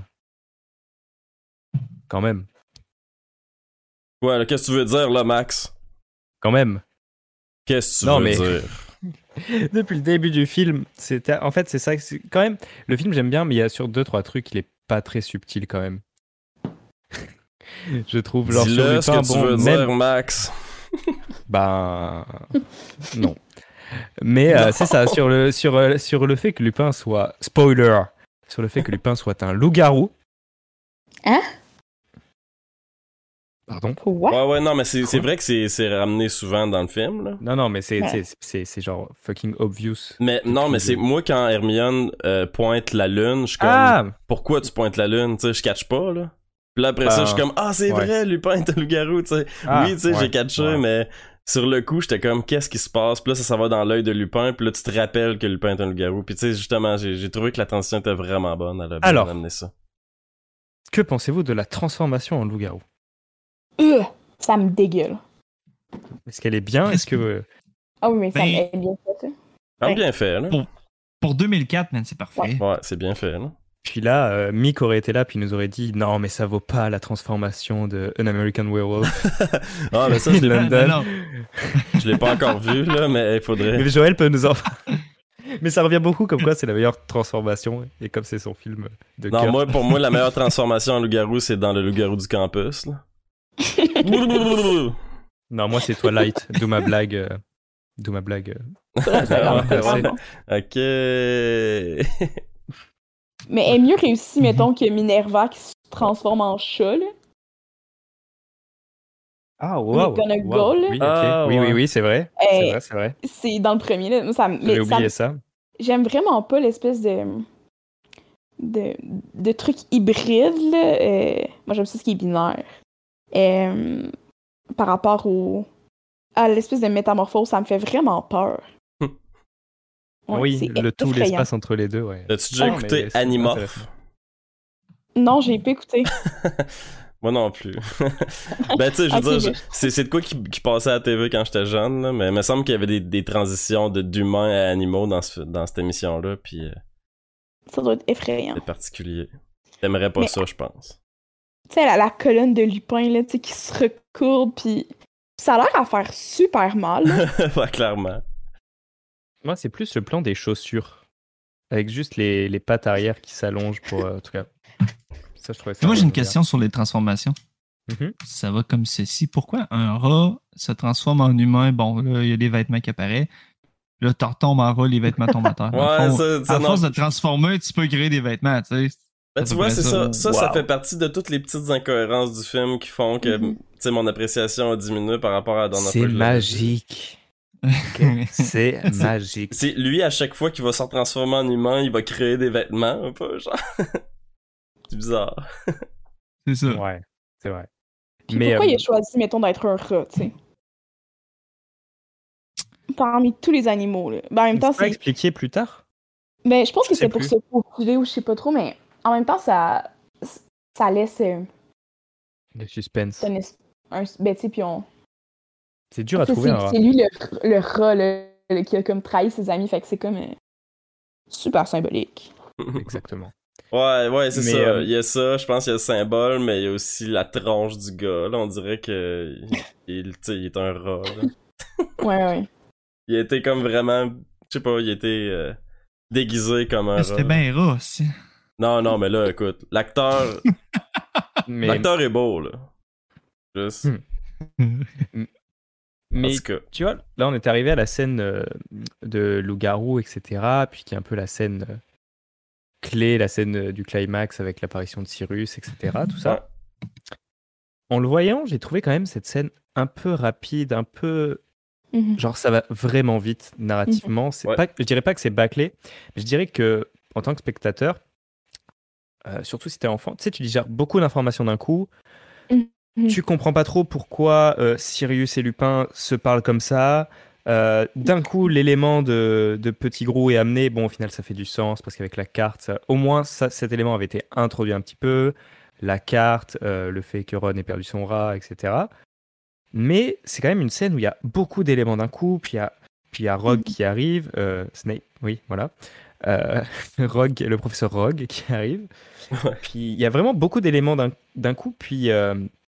quand même. Ouais, là, qu'est-ce que tu veux dire, là, Max? Quand même. Qu'est-ce que tu Non, veux mais- dire? Depuis le début du film, c'était en fait c'est ça que c'est quand même le film j'aime bien mais il y a sur deux trois trucs il est pas très subtil quand même. Je trouve genre sur Dis-le ce Lupin, que tu bon, veux même dire, Max. ben non. Mais euh, c'est ça sur le sur euh, sur le fait que Lupin soit spoiler sur le fait que Lupin soit un loup-garou. Hein? Pardon. Quoi? Ouais, ouais, non, mais c'est, c'est vrai que c'est, c'est ramené souvent dans le film, là. Non non mais c'est Ouais. c'est c'est c'est genre fucking obvious. Mais non, mais c'est moi quand Hermione euh, pointe la lune, je suis comme Ah pourquoi tu pointes la lune, tu sais, je catch pas là. Puis là après ça, Ben, je suis comme ah c'est ouais. vrai, Lupin est un loup-garou, tu sais. Ah, oui, tu sais, ouais, j'ai catché, ouais. mais sur le coup, j'étais comme qu'est-ce qui se passe? Puis là ça ça va dans l'œil de Lupin, puis là tu te rappelles que Lupin est un loup-garou. Puis tu sais justement, j'ai, j'ai trouvé que la transition était vraiment bonne, elle a bien Alors. amené ça. Que pensez-vous de la transformation en loup-garou? Euh, ça me dégueule. Est-ce qu'elle est bien? Est-ce que Ah oui, mais ça Ben- me est bien fait, ça. Ah, Ouais. bien fait, là. Pour, pour deux mille quatre, man, c'est parfait. Ouais, c'est bien fait, là. Puis là, euh, Mick aurait été là, puis il nous aurait dit non, mais ça vaut pas la transformation de An American Werewolf. Ah, mais ça, je l'ai, London. Non, non. je l'ai pas encore vu, là, mais il faudrait. Mais Joël peut nous en. Mais ça revient beaucoup comme quoi c'est la meilleure transformation, et comme c'est son film de Non, cœur. moi, pour moi, la meilleure transformation en loup-garou, c'est dans le loup-garou du campus, là. Non, moi c'est Twilight, d'où ma blague. euh, D'où ma blague. euh. Ça, ça Ah, rentre ouais, vraiment c'est- bon. Ok. Mais elle est mieux réussie, mettons, que Minerva qui se transforme en chat, là. Ah, wow. McGonagall, là. Oui, ok. Ah, oui, oui, ouais. oui, c'est vrai. Euh, C'est vrai, c'est vrai. C'est dans le premier, là. Moi, ça, me- mais J'ai ça, oublié me- ça. j'aime vraiment pas l'espèce de, de, de truc hybride, là. Euh, moi, j'aime ça ce qui est binaire. Euh, par rapport au... à l'espèce de métamorphose, ça me fait vraiment peur. Ouais, oui, c'est le tout, effrayant. l'espace entre les deux, ouais. As-tu déjà Ah, mais écouté c'est Animorph? intéressant. Non, j'ai pas écouté. Moi non plus. Ben, tu sais, je veux Ok, dire, mais- c'est, c'est de quoi qui, qui passait à la T V quand j'étais jeune, là, mais il me semble qu'il y avait des, des transitions de, d'humains à animaux dans, ce, dans cette émission-là, puis euh, Ça doit être effrayant. c'est particulier. T'aimerais pas Mais- ça, je pense. Tu sais, la, la colonne de Lupin, là, tu sais, qui se recourbe, puis ça a l'air à faire super mal. là. Ouais, clairement. Moi, c'est plus le plan des chaussures. Avec juste les, les pattes arrière qui s'allongent pour. euh, en tout cas. Ça, je trouvais ça. Moi, j'ai une vraiment bien. question sur les transformations. Mhm. Ça va comme ceci. Pourquoi un rat se transforme en humain? Bon, là, il y a des vêtements qui apparaissent. Là, tu retombes en rat, les vêtements tombent à terre. Dans Ouais, le fond, ça, ça, à non. force de te transformer, tu peux créer des vêtements, tu sais. Ben, à tu peu vois, près c'est ça. Ça, Wow. ça fait partie de toutes les petites incohérences du film qui font que, Mhm. tu sais, mon appréciation a diminué par rapport à la dernière C'est fois que je l'avais vu. magique. C'est magique. C'est lui, à chaque fois qu'il va se transformer en humain, il va créer des vêtements, un peu, genre. C'est bizarre. C'est ça. Ouais, c'est vrai. Puis Mais, pourquoi euh, il a choisi, mettons, d'être un rat, tu sais? Parmi tous les animaux, là. Ben, en même temps, c'est pas c'est... expliqué plus tard. Ben, je pense Je que sais c'est pour plus. se faufiler ou je sais pas trop, mais en même temps, ça... Ça laisse... euh, Le suspense. un... es- un... Ben, tu sais, puis on... C'est dur à C'est trouver c'est- un rat. c'est lui le, le rat, là, le- qui a comme trahi ses amis, fait que c'est comme... euh, super symbolique. Exactement. Ouais, ouais, c'est Mais, ça. euh, Il y a ça, je pense qu'il y a le symbole, mais il y a aussi la tronche du gars. Là, on dirait que il, tu sais, il est un rat. Là. Ouais, ouais. Il a été comme vraiment, je sais pas, il a été euh, déguisé comme un Mais rat. C'était bien rat aussi. Non, non, mais là, écoute, l'acteur, Mais, l'acteur est beau là. Juste, Hmm. en mais tout cas. tu vois, là, on est arrivé à la scène euh, de loup-garou, et cetera. Puis qui est un peu la scène euh, clé, la scène euh, du climax avec l'apparition de Cyrus, et cetera. Tout ça. Ouais. En le voyant, j'ai trouvé quand même cette scène un peu rapide, un peu. Mhm. Genre, ça va vraiment vite narrativement. C'est Ouais. pas, je dirais pas que c'est bâclé, mais je dirais que en tant que spectateur, euh, surtout si t'es enfant, tu sais, tu digères beaucoup d'informations d'un coup. Mhm. Tu comprends pas trop pourquoi euh, Sirius et Lupin se parlent comme ça. Euh, d'un coup, l'élément de, de Petit Grou est amené. Bon, au final, ça fait du sens parce qu'avec la carte, ça- au moins, ça, cet élément avait été introduit un petit peu. La carte, euh, le fait que Ron ait perdu son rat, et cetera. Mais c'est quand même une scène où il y a beaucoup d'éléments d'un coup. Puis il y a, puis il y a Rogue qui arrive. euh, Snape, oui, voilà. Euh, Rogue, le professeur Rogue qui arrive. Ouais. Puis il y a vraiment beaucoup d'éléments d'un d'un coup. Puis euh,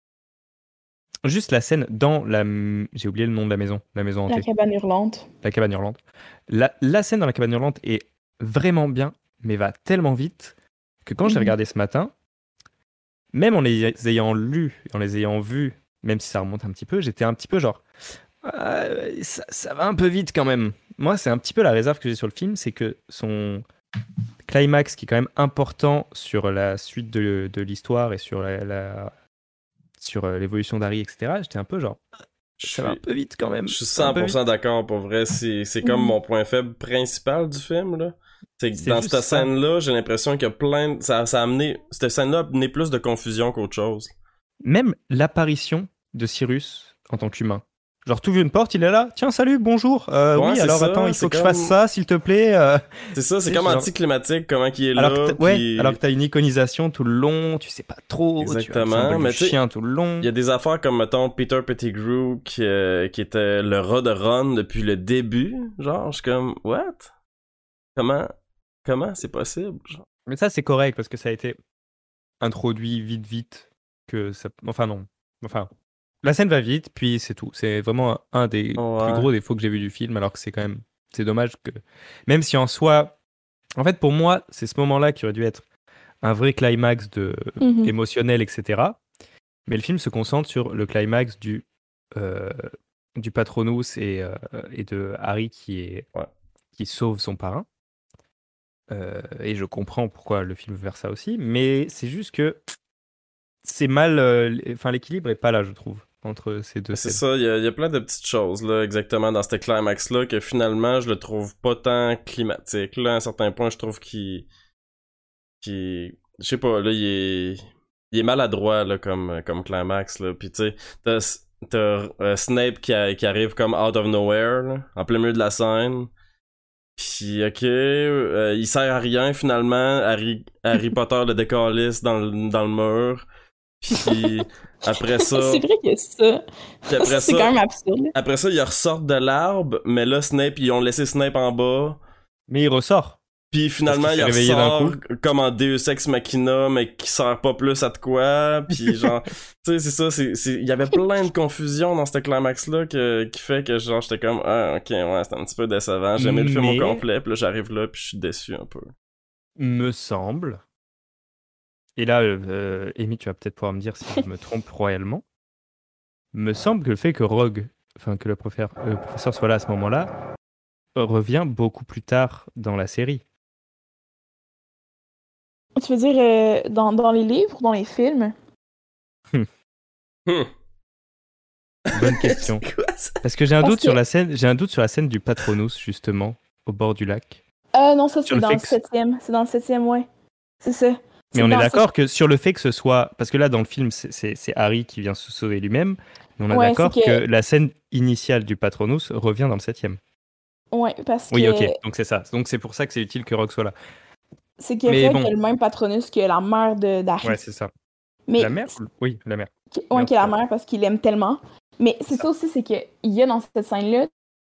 juste la scène dans la. J'ai oublié le nom de la maison. La maison La hantée. cabane hurlante. La cabane hurlante. La, la scène dans la cabane hurlante est vraiment bien, mais va tellement vite que quand j'ai Mhm. regardé ce matin, même en les ayant lus, en les ayant vus, même si ça remonte un petit peu, j'étais un petit peu genre, ah, ça, ça va un peu vite quand même. Moi, c'est un petit peu la réserve que j'ai sur le film, c'est que son climax, qui est quand même important sur la suite de, de l'histoire et sur la, la- sur euh, l'évolution d'Harry, et cetera, j'étais un peu genre, Je ça va un suis, peu vite quand même. je suis ça va un cent peu pour cent vite. d'accord, pour vrai. C'est, c'est comme Mhm. mon point faible principal du film, là. C'est que C'est dans juste cette ça. scène-là, j'ai l'impression qu'il y a plein de... Ça, ça a amené... Cette scène-là a amené plus de confusion qu'autre chose. Même l'apparition de Cyrus en tant qu'humain. Genre, tu ouvres une porte, il est là. Tiens, salut, bonjour. Euh, Ouais, oui, c'est alors ça, attends, il c'est faut que je comme- fasse ça, s'il te plaît. euh. C'est ça, c'est C'est comme genre- anticlimatique, comment qu'il est Alors, là, que t'as- ouais, puis- alors que t'as une iconisation tout le long, tu sais pas trop. Exactement, Tu as un symbole mais du tu sais, chien tout le long. Il y a des affaires comme, mettons, Peter Pettigrew, qui, euh, qui était le rat de Ron depuis le début. Genre, je suis comme, what? Comment? Comment c'est possible? Genre. Mais ça, c'est correct parce que ça a été introduit vite, vite. Que ça... Enfin, non. Enfin, la scène va vite, puis c'est tout. C'est vraiment un, un des Ouais. plus gros défauts que j'ai vu du film, alors que c'est quand même. C'est dommage que. Même si en soi. En fait, pour moi, c'est ce moment-là qui aurait dû être un vrai climax de... Mhm. émotionnel, et cetera. Mais le film se concentre sur le climax du, euh, du Patronus et, euh, et de Harry qui, est, Ouais. qui sauve son parrain. Euh, et je comprends pourquoi le film veut faire ça aussi, mais c'est juste que c'est mal. euh, l- Enfin, l'équilibre est pas là, je trouve, entre ces deux C'est scènes. ça, il y, a- il y a plein de petites choses, là, exactement, dans ce climax-là, que finalement, je le trouve pas tant climatique. Là, à un certain point, je trouve qu'il... qu'il... Je sais pas, là, il est... Il est maladroit, là, comme, comme climax, là. Puis, tu sais, t'as, t'as euh, Snape qui, a- qui arrive comme out of nowhere, là, en plein milieu de la scène. Puis, ok, euh, il sert à rien, finalement. Harry, Harry Potter le décalisse dans le, dans le mur. Puis, après ça... C'est vrai que ça... Puis après c'est ça, quand même absurde. Après ça, ils ressortent de l'arbre, mais là, Snape, ils ont laissé Snape en bas. Mais il ressort. Puis finalement, il ressort comme en Deus Ex Machina, mais qui sert pas plus à de quoi. Puis genre, tu sais, c'est ça, c'est, c'est... il y avait plein de confusion dans ce climax-là que... qui fait que genre, j'étais comme, ah, ok, ouais, c'était un petit peu décevant. J'aimais le film Mais... au complet, puis là, j'arrive là, puis je suis déçu un peu. Me semble. Et là, euh, Amy, tu vas peut-être pouvoir me dire si je me trompe royalement. Me semble que le fait que Rogue, enfin que le professeur, euh, le professeur soit là à ce moment-là, revient beaucoup plus tard dans la série. Tu veux dire euh, dans, dans les livres ou dans les films? Hmm. Bonne question. Parce que j'ai un Parce doute que... sur la scène, j'ai un doute sur la scène du Patronus justement au bord du lac. Euh non, ça c'est Sur le dans fait le que- septième. C'est dans le septième, ouais. C'est ça. Mais C'est on est dans d'accord que sur le fait que ce soit... Parce que là, dans le film, c'est, c'est, c'est Harry qui vient se sauver lui-même. Mais on est Ouais, d'accord c'est que... que- la scène initiale du Patronus revient dans le septième. Ouais, parce Oui, que ok. Donc c'est ça. Donc c'est pour ça que c'est utile que Rogue soit là. c'est que Mais Rogue bon. a le même patronus que la mère de d'Harry. Ouais, c'est ça. Mais La mère ou- Oui, la mère. Qui- Ouais, Merde, qui est la ça. mère parce qu'il l'aime tellement. Mais c'est ça aussi, c'est qu'il y a dans cette scène-là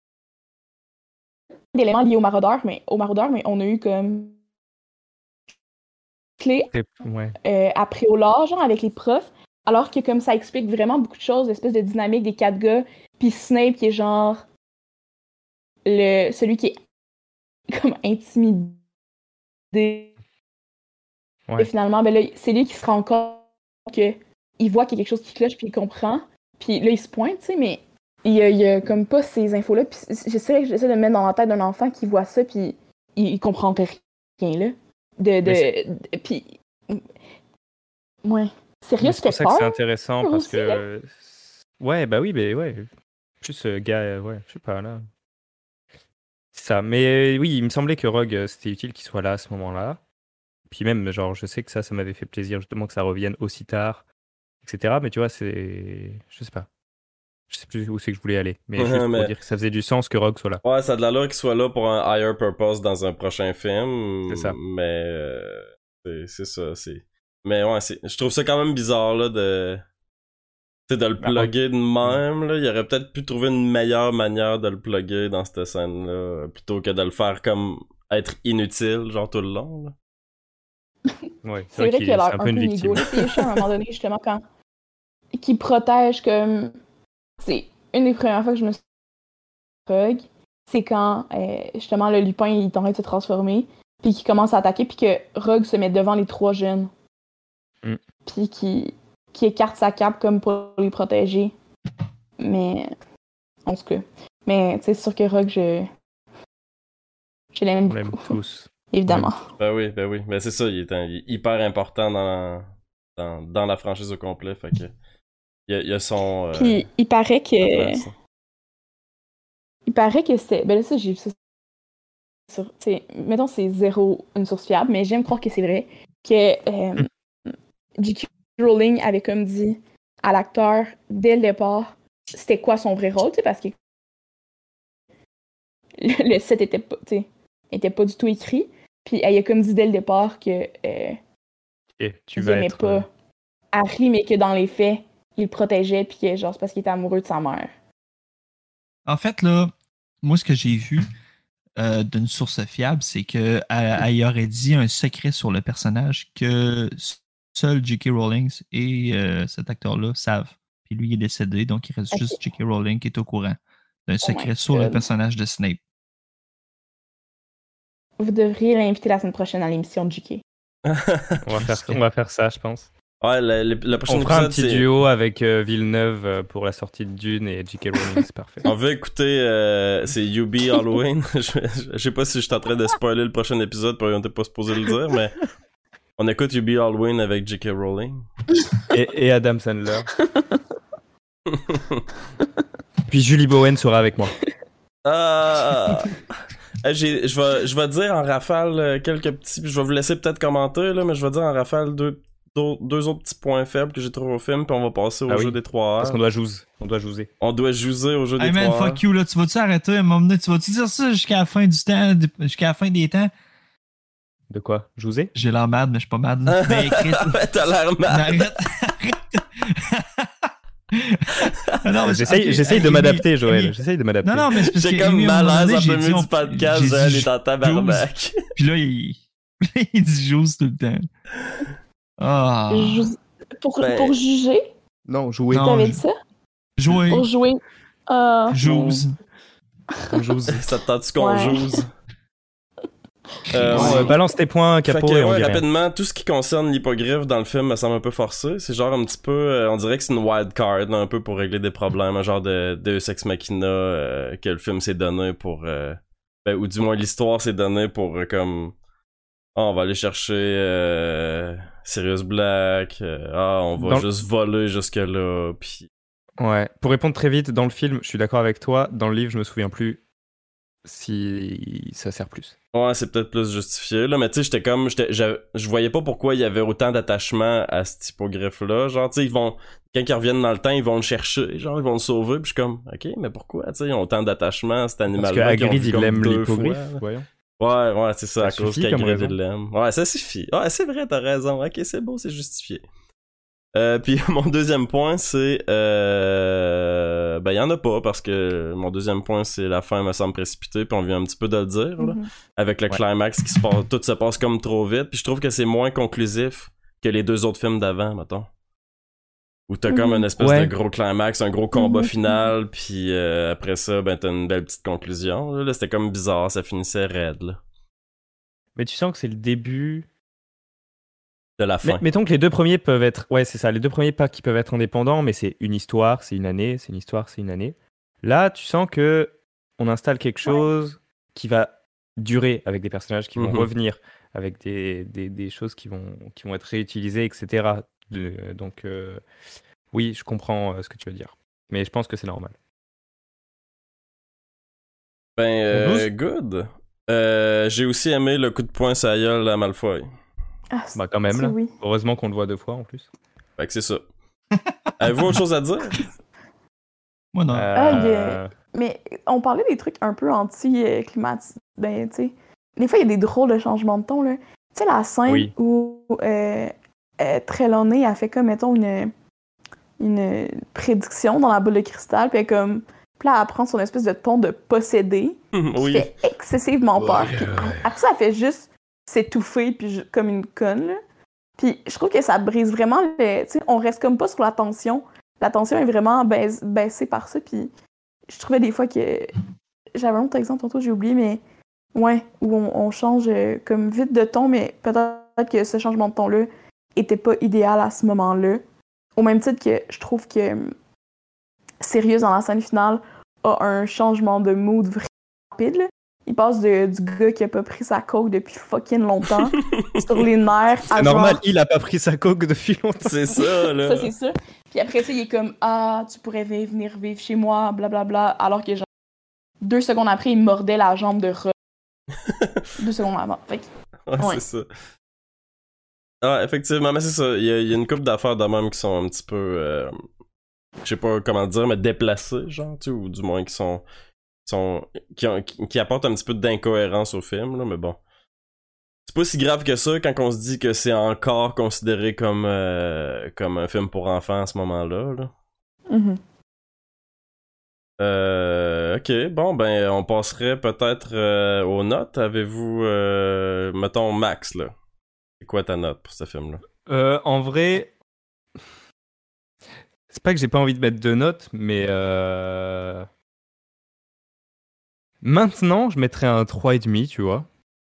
des éléments liés au maraudeur, mais au maraudeur, mais on a eu comme clé C'est- Ouais. euh, à Préolard, genre avec les profs, alors que comme ça explique vraiment beaucoup de choses, l'espèce de dynamique des quatre gars, puis Snape qui est genre le celui qui est comme intimidé. Ouais. Et finalement, ben là, c'est lui qui se rend compte que il voit qu'il y a quelque chose qui cloche, puis il comprend. Puis là, il se pointe, tu sais, mais il y a, il y a comme pas ces infos-là. Puis j'essaie, j'essaie de me mettre dans la tête d'un enfant qui voit ça, puis il, il comprend rien, là. De, de, de- puis... Ouais. Sérieux, Mais c'est c'était pour ça que c'est peur? intéressant peur parce aussi, que... Ouais, bah oui, mais ouais. Plus euh, gars, euh, ouais, je sais pas, là. C'est ça. Mais euh, oui, il me semblait que Rogue, euh, c'était utile qu'il soit là à ce moment-là. Puis même, genre, je sais que ça, ça m'avait fait plaisir justement que ça revienne aussi tard, et cetera. Mais tu vois, c'est... Je sais pas. Je sais plus où c'est que je voulais aller. Mais Ouais, juste pour mais- dire que ça faisait du sens que Rogue soit là. Ouais, ça a de l'allure qu'il soit là pour un higher purpose dans un prochain film. C'est ça. Mais euh, c'est, c'est ça, c'est. Mais ouais, c'est. Je trouve ça quand même bizarre là de. Tu sais, de le Bah, plugger de même, là. Il aurait peut-être pu trouver une meilleure manière de le plugger dans cette scène-là, plutôt que de le faire comme être inutile, genre tout le long, là. Ouais, C'est vrai qu'il qu'il a est- l'air c'est un un peu peu une nigo, victime. là. C'est chiant à un moment donné, justement, quand... Qui protège comme... C'est une des premières fois que je me suis... Rogue, c'est quand, euh, justement, le Lupin, il est en train de se transformer, puis qu'il commence à attaquer, puis que Rogue se met devant les trois jeunes. Mm. Puis qui... qui écarte sa cape comme pour les protéger. Mais... En tout cas. Mais, tu sais, c'est sûr que Rogue, je... Je l'aime On l'aime beaucoup, tous. évidemment. Ben oui, ben oui. Mais c'est ça, il est, un- il est hyper important dans, dans, dans la franchise au complet, fait que. Il y a, il y a son. euh, Puis il paraît sa que... place. Il paraît que c'est... Ben là, ça, j'ai vu ça sur... Tu sais, mettons, c'est zéro une source fiable, mais j'aime croire que c'est vrai. Que euh, J K. Rowling avait comme dit à l'acteur, dès le départ, c'était quoi son vrai rôle, tu sais, parce que le, le set était pas, tu sais, était pas du tout écrit. Puis elle a comme dit dès le départ que euh, Et tu il vas aimait être... pas euh, Harry, mais que dans les faits, il le protégeait, puis que genre, c'est parce qu'il était amoureux de sa mère. En fait, là, moi, ce que j'ai vu euh, d'une source fiable, c'est que elle, elle y aurait dit un secret sur le personnage que seul J K. Rowling et euh, cet acteur-là savent. Puis lui, il est décédé, donc il reste Ok. juste J K. Rowling qui est au courant d'un secret my sur le God. personnage de Snape. Vous devriez l'inviter la semaine prochaine à l'émission de J K. On va, faire, on va faire ça, je pense. Ouais, le, le, le prochain On fera un épisode, petit c'est- duo avec euh, Villeneuve euh, pour la sortie de Dune et J K. Rowling, c'est parfait. On veut écouter, euh, c'est U B Halloween. je, je- je sais pas si je suis en train de spoiler le prochain épisode, puis on était pas supposé le dire, mais on écoute U B Halloween avec J K. Rowling. Et, et Adam Sandler. Puis Julie Bowen sera avec moi. Ah! Euh, j'ai- Je vais, je vais dire en rafale euh, quelques petits, puis je vais vous laisser peut-être commenter, là, mais je vais dire en rafale deux, d'autres- deux autres petits points faibles que j'ai trouvés au film, puis on va passer au Ah jeu oui. des trois heures. Parce qu'on doit jouer. On doit jouer. On doit jouer au jeu Hey des man, trois heures. fuck you, là. Tu vas-tu arrêter à un moment donné? Tu vas-tu dire ça jusqu'à la fin du temps, de- jusqu'à la fin des temps? De quoi? Jouer? J'ai l'air mad, mais je suis pas mad. Là. Mais Chris, T'as l'air mal. arrête. arrête. Non, mais J'essaye ok, j'essaye de Amy- m'adapter, Joël. Amy- J'essaye de m'adapter. Non, non, mais c'est parce que. J'ai comme Amy, à un moment malaise donné, en j'ai plein dit, milieu on- du podcast, j'ai Joël dit est en tabarnak. Puis là, il, il dit j'ose tout le temps. Ah. Jou- Pour, Ben- pour juger, Non, jouer. Non. t'avais dit ça? Jouer. Pour jouer. Ah. J'ose. J'ose. Ça te tente-tu qu'on Ouais. joue? Euh, Bon, euh, balance tes points, Fait Capo, que, et on ouais, dit rien. rapidement, tout ce qui concerne l'hippogriffe dans le film me semble un peu forcé. C'est genre un petit peu, euh, on dirait que c'est une wild card, là, un peu pour régler des problèmes, un genre de Deus Ex Machina euh, que le film s'est donné pour, euh, ben, ou du moins l'histoire s'est donnée pour euh, comme, ah, on va aller chercher euh, Sirius Black, euh, ah, on va Dans- juste voler jusque là, puis Ouais. Pour répondre très vite, dans le film, je suis d'accord avec toi. Dans le livre, je me souviens plus si ça sert plus. ouais, c'est peut-être plus justifié, là, mais tu sais, j'étais comme, j'étais, j'avais- je voyais pas pourquoi il y avait autant d'attachement à cet hippogriffe-là. Genre, tu sais, ils vont, quand ils reviennent dans le temps, ils vont le chercher, genre, ils vont le sauver, puis je suis comme, ok, mais pourquoi, tu sais, ils ont autant d'attachement à cet Parce animal-là. que qu'ils ont Hagrid, vu il comme aime deux l'hippogriffe, fois. voyons. Ouais, ouais, c'est ça, Ça à cause suffit comme qu'Hagrid raison. il l'aime. Ouais, ça suffit. Ouais, c'est vrai, t'as raison. Ok, c'est beau, c'est justifié. Euh, puis mon deuxième point, c'est... Euh... Ben, il y en a pas, parce que mon deuxième point, c'est la fin me semble précipitée, puis on vient un petit peu de le dire, là. Mhm. Avec le Ouais. climax qui se passe... Tout se passe comme trop vite, puis je trouve que c'est moins conclusif que les deux autres films d'avant, mettons. Où t'as comme Mhm. une espèce Ouais. de gros climax, un gros combat Mhm. final, puis euh, après ça, ben t'as une belle petite conclusion. Là, Là, c'était comme bizarre, ça finissait raide, là. Mais tu sens que c'est le début. De la Mais, fin. mettons que les deux premiers peuvent être. Ouais, c'est ça. Les deux premiers pas qui peuvent être indépendants, mais c'est une histoire, c'est une année, c'est une histoire, c'est une année. Là, tu sens que on installe quelque chose qui va durer avec des personnages qui vont Mhm. revenir, avec des, des, des choses qui vont, qui vont être réutilisées, et cetera. De- donc, euh, oui, je comprends euh, ce que tu veux dire. Mais je pense que c'est normal. Ben, euh, douze? good. Euh, j'ai aussi aimé le coup de poing sur la gueule à Malfoy. Ah, Bah, quand même, si, là. oui. Heureusement qu'on le voit deux fois en plus. Fait que c'est ça. Avez-vous autre chose à dire? Moi, non. Ah, il y Euh, a- Mais on parlait des trucs un peu anti-climatiques. Ben, tu sais, des fois, il y a des drôles de changements de ton, là. Tu sais, la scène Oui. où euh, euh, Trelawney a fait comme, mettons, une, une prédiction dans la boule de cristal, puis elle, comme... Puis là, elle prend son espèce de ton de possédé, qui Oui. fait excessivement peur. Ouais, Puis ouais. après ça, elle fait juste s'étouffer, puis ju- comme une conne, là. Puis je trouve que ça brise vraiment le... Tu sais, on reste comme pas sur la tension. La tension est vraiment baisse- baissée par ça, puis je trouvais des fois que... J'avais un autre exemple tantôt, j'ai oublié, mais... Ouais, où on, on change euh, comme vite de ton, mais peut-être que ce changement de ton-là était pas idéal à ce moment-là. Au même titre que je trouve que hum, Sirius, dans la scène finale, a un changement de mood vraiment rapide, là. Il passe de, du gars qui a pas pris sa coke depuis fucking longtemps, sur les nerfs, à C'est normal, genre- il a pas pris sa coke depuis longtemps. C'est ça, là. ça, c'est ça. Puis après ça, il est comme « Ah, tu pourrais vi- venir vivre chez moi, blablabla. » Alors que, genre, deux secondes après, il mordait la jambe de Rob. deux secondes avant. Fait que, Ouais, Ouais. c'est ça. Ah, effectivement, mais c'est ça. Il y, a, il y a une couple d'affaires de même qui sont un petit peu... euh, je sais pas comment dire, mais déplacées, genre, tu sais, ou du moins qui sont... sont qui, ont- qui, qui apportent un petit peu d'incohérence au film, là, mais bon. C'est pas si grave que ça quand on se dit que c'est encore considéré comme, euh, comme un film pour enfants à ce moment-là, là. mhm. Euh, ok, bon, ben, on passerait peut-être euh, aux notes. Avez-vous, euh, mettons, Max, là? C'est quoi ta note pour ce film-là? Euh, en vrai, c'est pas que j'ai pas envie de mettre de notes, mais euh... maintenant, je mettrais un trois virgule cinq, tu vois.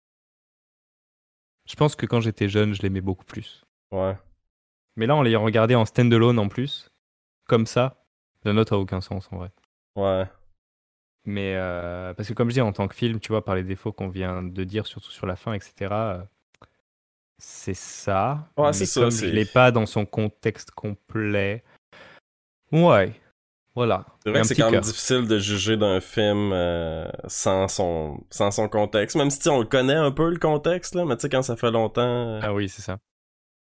Je pense que quand j'étais jeune, je l'aimais beaucoup plus. Ouais. Mais là, en l'ayant regardé en stand-alone en plus, comme ça, la note a aucun sens en vrai. Ouais. Mais euh, parce que comme je dis, en tant que film, tu vois, par les défauts qu'on vient de dire, surtout sur la fin, et cetera, euh, c'est ça. Ouais, Mais c'est ça, comme c'est- je l'ai pas dans son contexte complet, ouais, voilà. C'est Et vrai un que c'est petit quand même cœur. difficile de juger d'un film euh, sans son sans son contexte. Même si tu sais, on le connaît un peu le contexte, là, mais tu sais, quand ça fait longtemps. euh, Ah oui, c'est ça.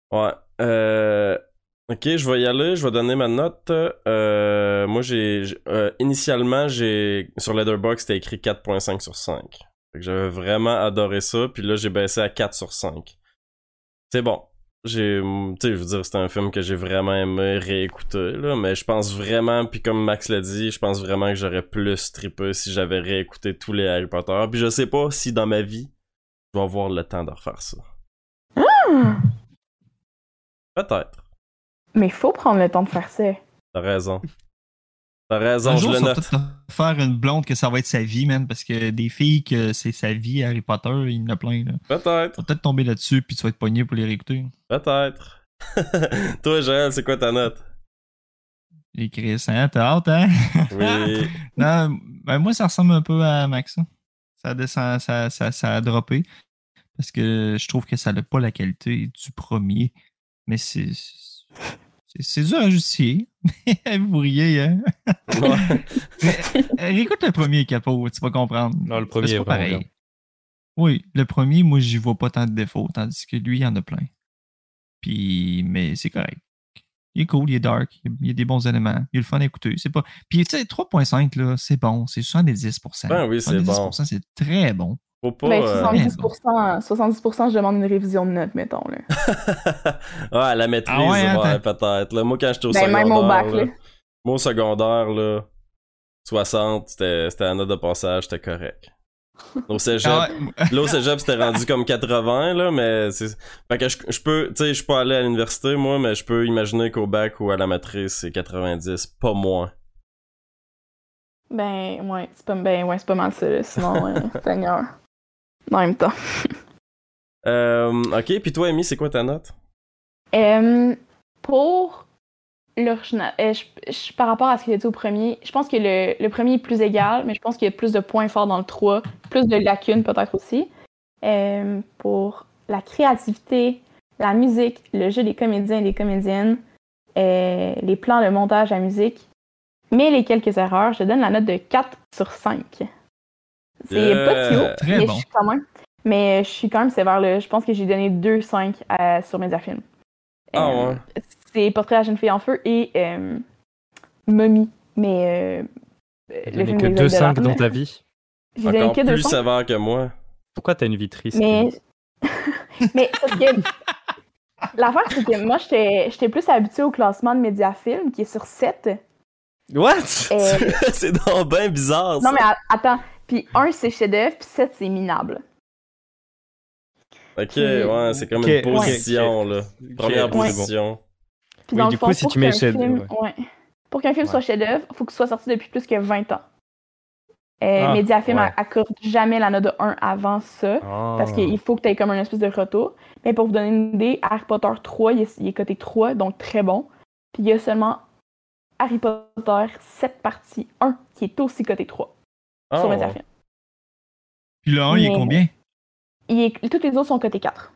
Ouais. Euh... Ok, je vais y aller, je vais donner ma note. Euh, moi, j'ai... Euh, initialement, j'ai... Sur Letterboxd, c'était écrit quatre virgule cinq sur cinq. Fait que j'avais vraiment adoré ça, puis là, j'ai baissé à quatre sur cinq. C'est bon. J'ai... Tu sais, je veux dire, c'était un film que j'ai vraiment aimé réécouter, là, mais je pense vraiment, puis comme Max l'a dit, je pense vraiment que j'aurais plus trippé si j'avais réécouté tous les Harry Potter. Puis je sais pas si dans ma vie, je vais avoir le temps de refaire ça. Ah! Peut-être. Mais il faut prendre le temps de faire ça. T'as raison. T'as raison, Un je jour, le ça va note. peut-être faire une blonde que ça va être sa vie, man, parce que des filles que c'est sa vie, Harry Potter, il y en a plein, là. Peut-être. Tu vas peut-être tomber là-dessus, puis tu vas être pogné pour les réécouter. Peut-être. Toi, Joël, c'est quoi ta note? Et Chris, hein, t'as hâte, hein? Oui. Non, ben moi, ça ressemble un peu à Max. Hein. Ça descend, ça, ça, ça a droppé. Parce que je trouve que ça n'a pas la qualité du premier. Mais c'est. C'est, c'est dur à justifier. Vous riez, hein? Ouais. Mais, réécoute le premier, Capo, tu vas comprendre. Non, le premier C'est est pas vraiment pareil. bien. Oui, le premier, moi, j'y vois pas tant de défauts, tandis que lui, il y en a plein. Puis, mais c'est correct. Il est cool, il est dark, il y a des bons éléments, il est le fun à écouter. C'est pas... Puis, tu sais, trois virgule cinq, là, c'est bon, c'est soixante-dix pour cent. Ben oui, c'est soixante-dix pour bon. cent, c'est très bon. Faut pas... Ben, euh, soixante-dix pour cent, soixante-dix pour cent, je demande une révision de notes, mettons. Là. ouais, la maîtrise, Ah ouais, ouais, hein, peut-être. Là, moi, quand j'étais au Ben, secondaire... même au bac, là, là. moi, au secondaire, là, soixante, c'était, c'était la note de passage, c'était correct. Au cégep, Ah ouais. là, au cégep, c'était rendu comme quatre-vingts, là, mais c'est... Fait que je, je peux... Tu sais, je suis pas allé à l'université, moi, mais je peux imaginer qu'au bac ou à la maîtrise, c'est quatre-vingt-dix, pas moins. Ben, ouais, c'est pas, ben, ouais, c'est pas mal ça, là. Sinon, euh, Seigneur. En même temps. Euh, ok, puis toi, Amy, c'est quoi ta note? Euh, pour l'original, euh, je, je- par rapport à ce qu'il a dit au premier, je pense que le, le premier est plus égal, mais je pense qu'il y a plus de points forts dans le trois, plus de lacunes peut-être aussi. Euh, pour la créativité, la musique, le jeu des comédiens et des comédiennes, euh, les plans, le montage, la musique, mais les quelques erreurs, je donne la note de quatre sur cinq. C'est Yeah. pas si haut, Très mais bon. je suis quand même, mais je suis quand même sévère là. Je pense que j'ai donné deux virgule cinq à- sur Mediafilm. Ah Euh, ouais. C'est Portrait de la jeune fille en feu et euh, Mommy, mais euh, T'as le donné film que des deux Zelda, cinq dans là. ta vie. J'ai donné Encore que deux plus cinq, sévère que moi. Pourquoi t'as une vie triste? mais mais parce que l'affaire c'est que moi j'étais j'étais plus habituée au classement de Mediafilm qui est sur sept. What? Euh, c'est donc ben bizarre, ça. non mais a- attends, puis un c'est chef-d'œuvre puis sept c'est minable. Ok, Puis- ouais, c'est comme Ok, une ouais. position, là. Première Ok, ouais. position. Puis Oui, dans du le fond, coup, si pour tu mets qu'un chef- film, ouais. ouais. Pour qu'un film Ouais. soit chef-d'œuvre, il faut qu'il soit sorti depuis plus que vingt ans. Euh, Ah, Mediafilm ouais. accorde jamais la note de un avant ça, Ah. parce qu'il faut que tu aies comme un espèce de retour. Mais pour vous donner une idée, Harry Potter trois, il est, il est coté trois, donc très bon. Puis il y a seulement Harry Potter sept parties un qui est aussi coté trois Ah, sur ouais. Mediafilm. Puis le un, il est Mais- combien? Il est, toutes les autres sont cotés quatre.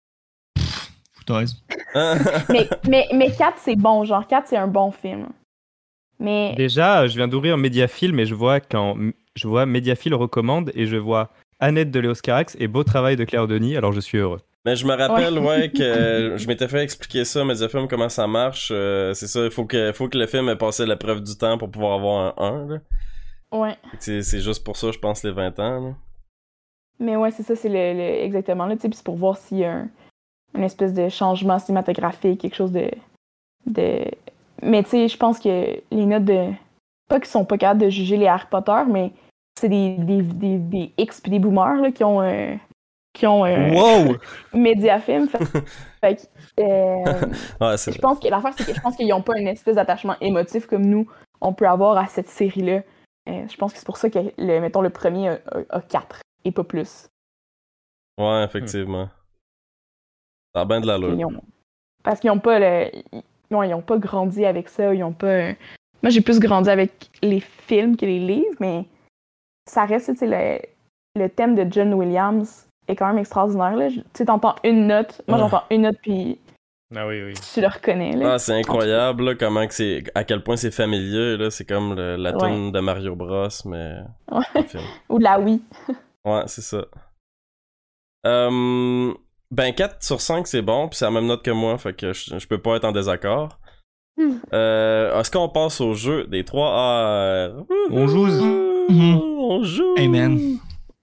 Foutaise. mais, mais, mais quatre, c'est bon. Genre, quatre, c'est un bon film. Mais Déjà, je viens d'ouvrir Mediafilm et je vois quand je vois Mediafilm recommande et je vois Annette de Léos Carax et Beau travail de Claire Denis, alors je suis heureux. Mais je me rappelle, Ouais. ouais, que je m'étais fait expliquer ça, Mediafilm, comment ça marche. Euh, c'est ça, il faut que, faut que le film ait passé la preuve du temps pour pouvoir avoir un un, là. ouais. Fait que C'est, c'est juste pour ça, je pense, les vingt ans, là. Mais ouais, c'est ça, c'est le, le- exactement là. Tu sais, puis c'est pour voir s'il y a un, une espèce de changement cinématographique, quelque chose de. de... Mais tu sais, je pense que les notes de. Pas qu'ils sont pas capables de juger les Harry Potter, mais c'est des, des, des, des X puis des boomers là, qui ont. euh, qui ont. Euh, Wow! Mediafilm. Fait, fait que, euh, Ouais, c'est je pense que l'affaire, c'est que je pense qu'ils n'ont pas une espèce d'attachement émotif comme nous, on peut avoir à cette série-là. Euh, je pense que c'est pour ça que, le, mettons, le premier a, a, a quatre et pas plus. Ouais, effectivement. Ça a bien de l'allure. Ils ont- Parce qu'ils n'ont pas le... ils- non, ils ont pas grandi avec ça, ils ont pas... Moi, j'ai plus grandi avec les films que les livres, mais ça reste, tu sais, le, le thème de John Williams est quand même extraordinaire, là. Tu sais, t'entends une note, moi, Ah. j'entends une note, puis Ah oui, oui. tu le reconnais, là. Ah, c'est incroyable, là, comment que c'est... À quel point c'est familier, là. C'est comme le- la Ouais. tune de Mario Bros, mais... Ouais. en film. Ou de la Wii. Ouais, c'est ça. Euh, Ben quatre sur cinq c'est bon, puis c'est la même note que moi, fait que je, je peux pas être en désaccord. Mm. Euh, est-ce qu'on passe au jeu des trois R? On joue. Mm-hmm. On joue. Amen.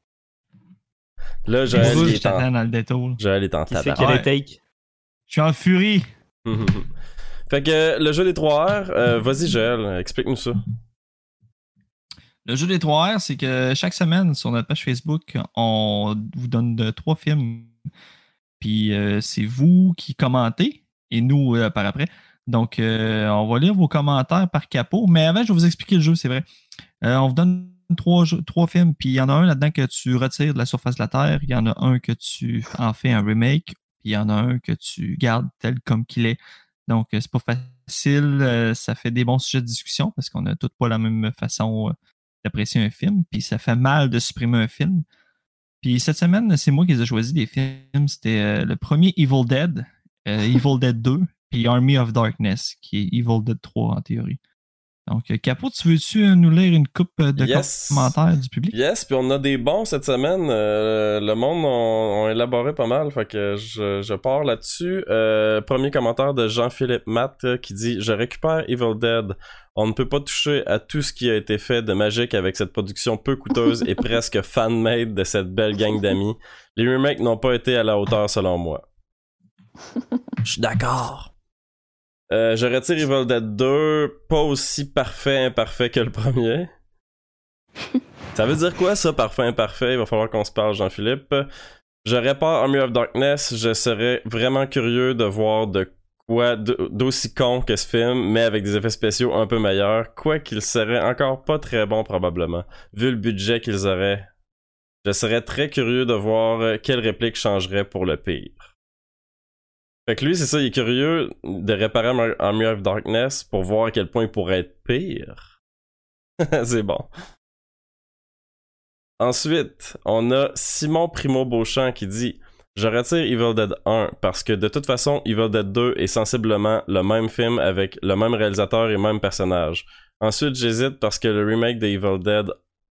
Là, Joël joue, est en... dans le détour. Joël est en Qui c'est tabac. qui a les takes? Je suis en furie. Fait que le jeu des trois R, euh, vas-y Joël, explique-nous ça. Le jeu des trois R, c'est que chaque semaine sur notre page Facebook, on vous donne de trois films. Puis euh, c'est vous qui commentez et nous euh, par après. Donc, euh, on va lire vos commentaires par capot. Mais avant, je vais vous expliquer le jeu, c'est vrai. Euh, on vous donne trois, jeux, trois films, puis il y en a un là-dedans que tu retires de la surface de la Terre. Il y en a un que tu en fais un remake. Puis il y en a un que tu gardes tel comme qu'il est. Donc, euh, c'est pas facile. Euh, ça fait des bons sujets de discussion parce qu'on n'a tous pas la même façon euh, d'apprécier un film. Puis ça fait mal de supprimer un film. Puis cette semaine, c'est moi qui ai choisi des films. C'était euh, le premier Evil Dead, euh, Evil Dead deux, puis Army of Darkness, qui est Evil Dead trois en théorie. Donc, euh, Capot, tu veux-tu euh, nous lire une coupe de yes. commentaires du public? Yes, puis on a des bons cette semaine. Euh, le monde ont, ont élaboré pas mal, fait que je, je pars là-dessus. Euh, premier commentaire de Jean-Philippe Matt euh, qui dit « Je récupère Evil Dead. On ne peut pas toucher à tout ce qui a été fait de magique avec cette production peu coûteuse et presque fan-made de cette belle gang d'amis. Les remakes n'ont pas été à la hauteur selon moi. » Je suis d'accord. Euh, je retire Evil Dead deux, pas aussi parfait imparfait que le premier. Ça veut dire quoi ça, parfait imparfait? Il va falloir qu'on se parle, Jean-Philippe. Je répare Army of Darkness, je serais vraiment curieux de voir de quoi d'aussi con que ce film, mais avec des effets spéciaux un peu meilleurs, quoi qu'il serait encore pas très bon probablement, vu le budget qu'ils auraient. Je serais très curieux de voir quelle réplique changerait pour le pire. Fait que lui, c'est ça, il est curieux de réparer Army of Darkness pour voir à quel point il pourrait être pire. C'est bon. Ensuite, on a Simon Primo-Beauchamp qui dit « Je retire Evil Dead un parce que de toute façon, Evil Dead deux est sensiblement le même film avec le même réalisateur et même personnage. Ensuite, j'hésite parce que le remake de Evil Dead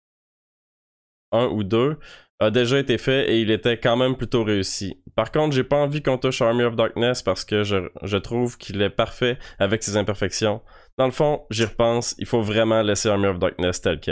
un ou deux a déjà été fait et il était quand même plutôt réussi. Par contre, j'ai pas envie qu'on touche Army of Darkness parce que je, je trouve qu'il est parfait avec ses imperfections. Dans le fond, j'y repense, il faut vraiment laisser Army of Darkness tel quel. »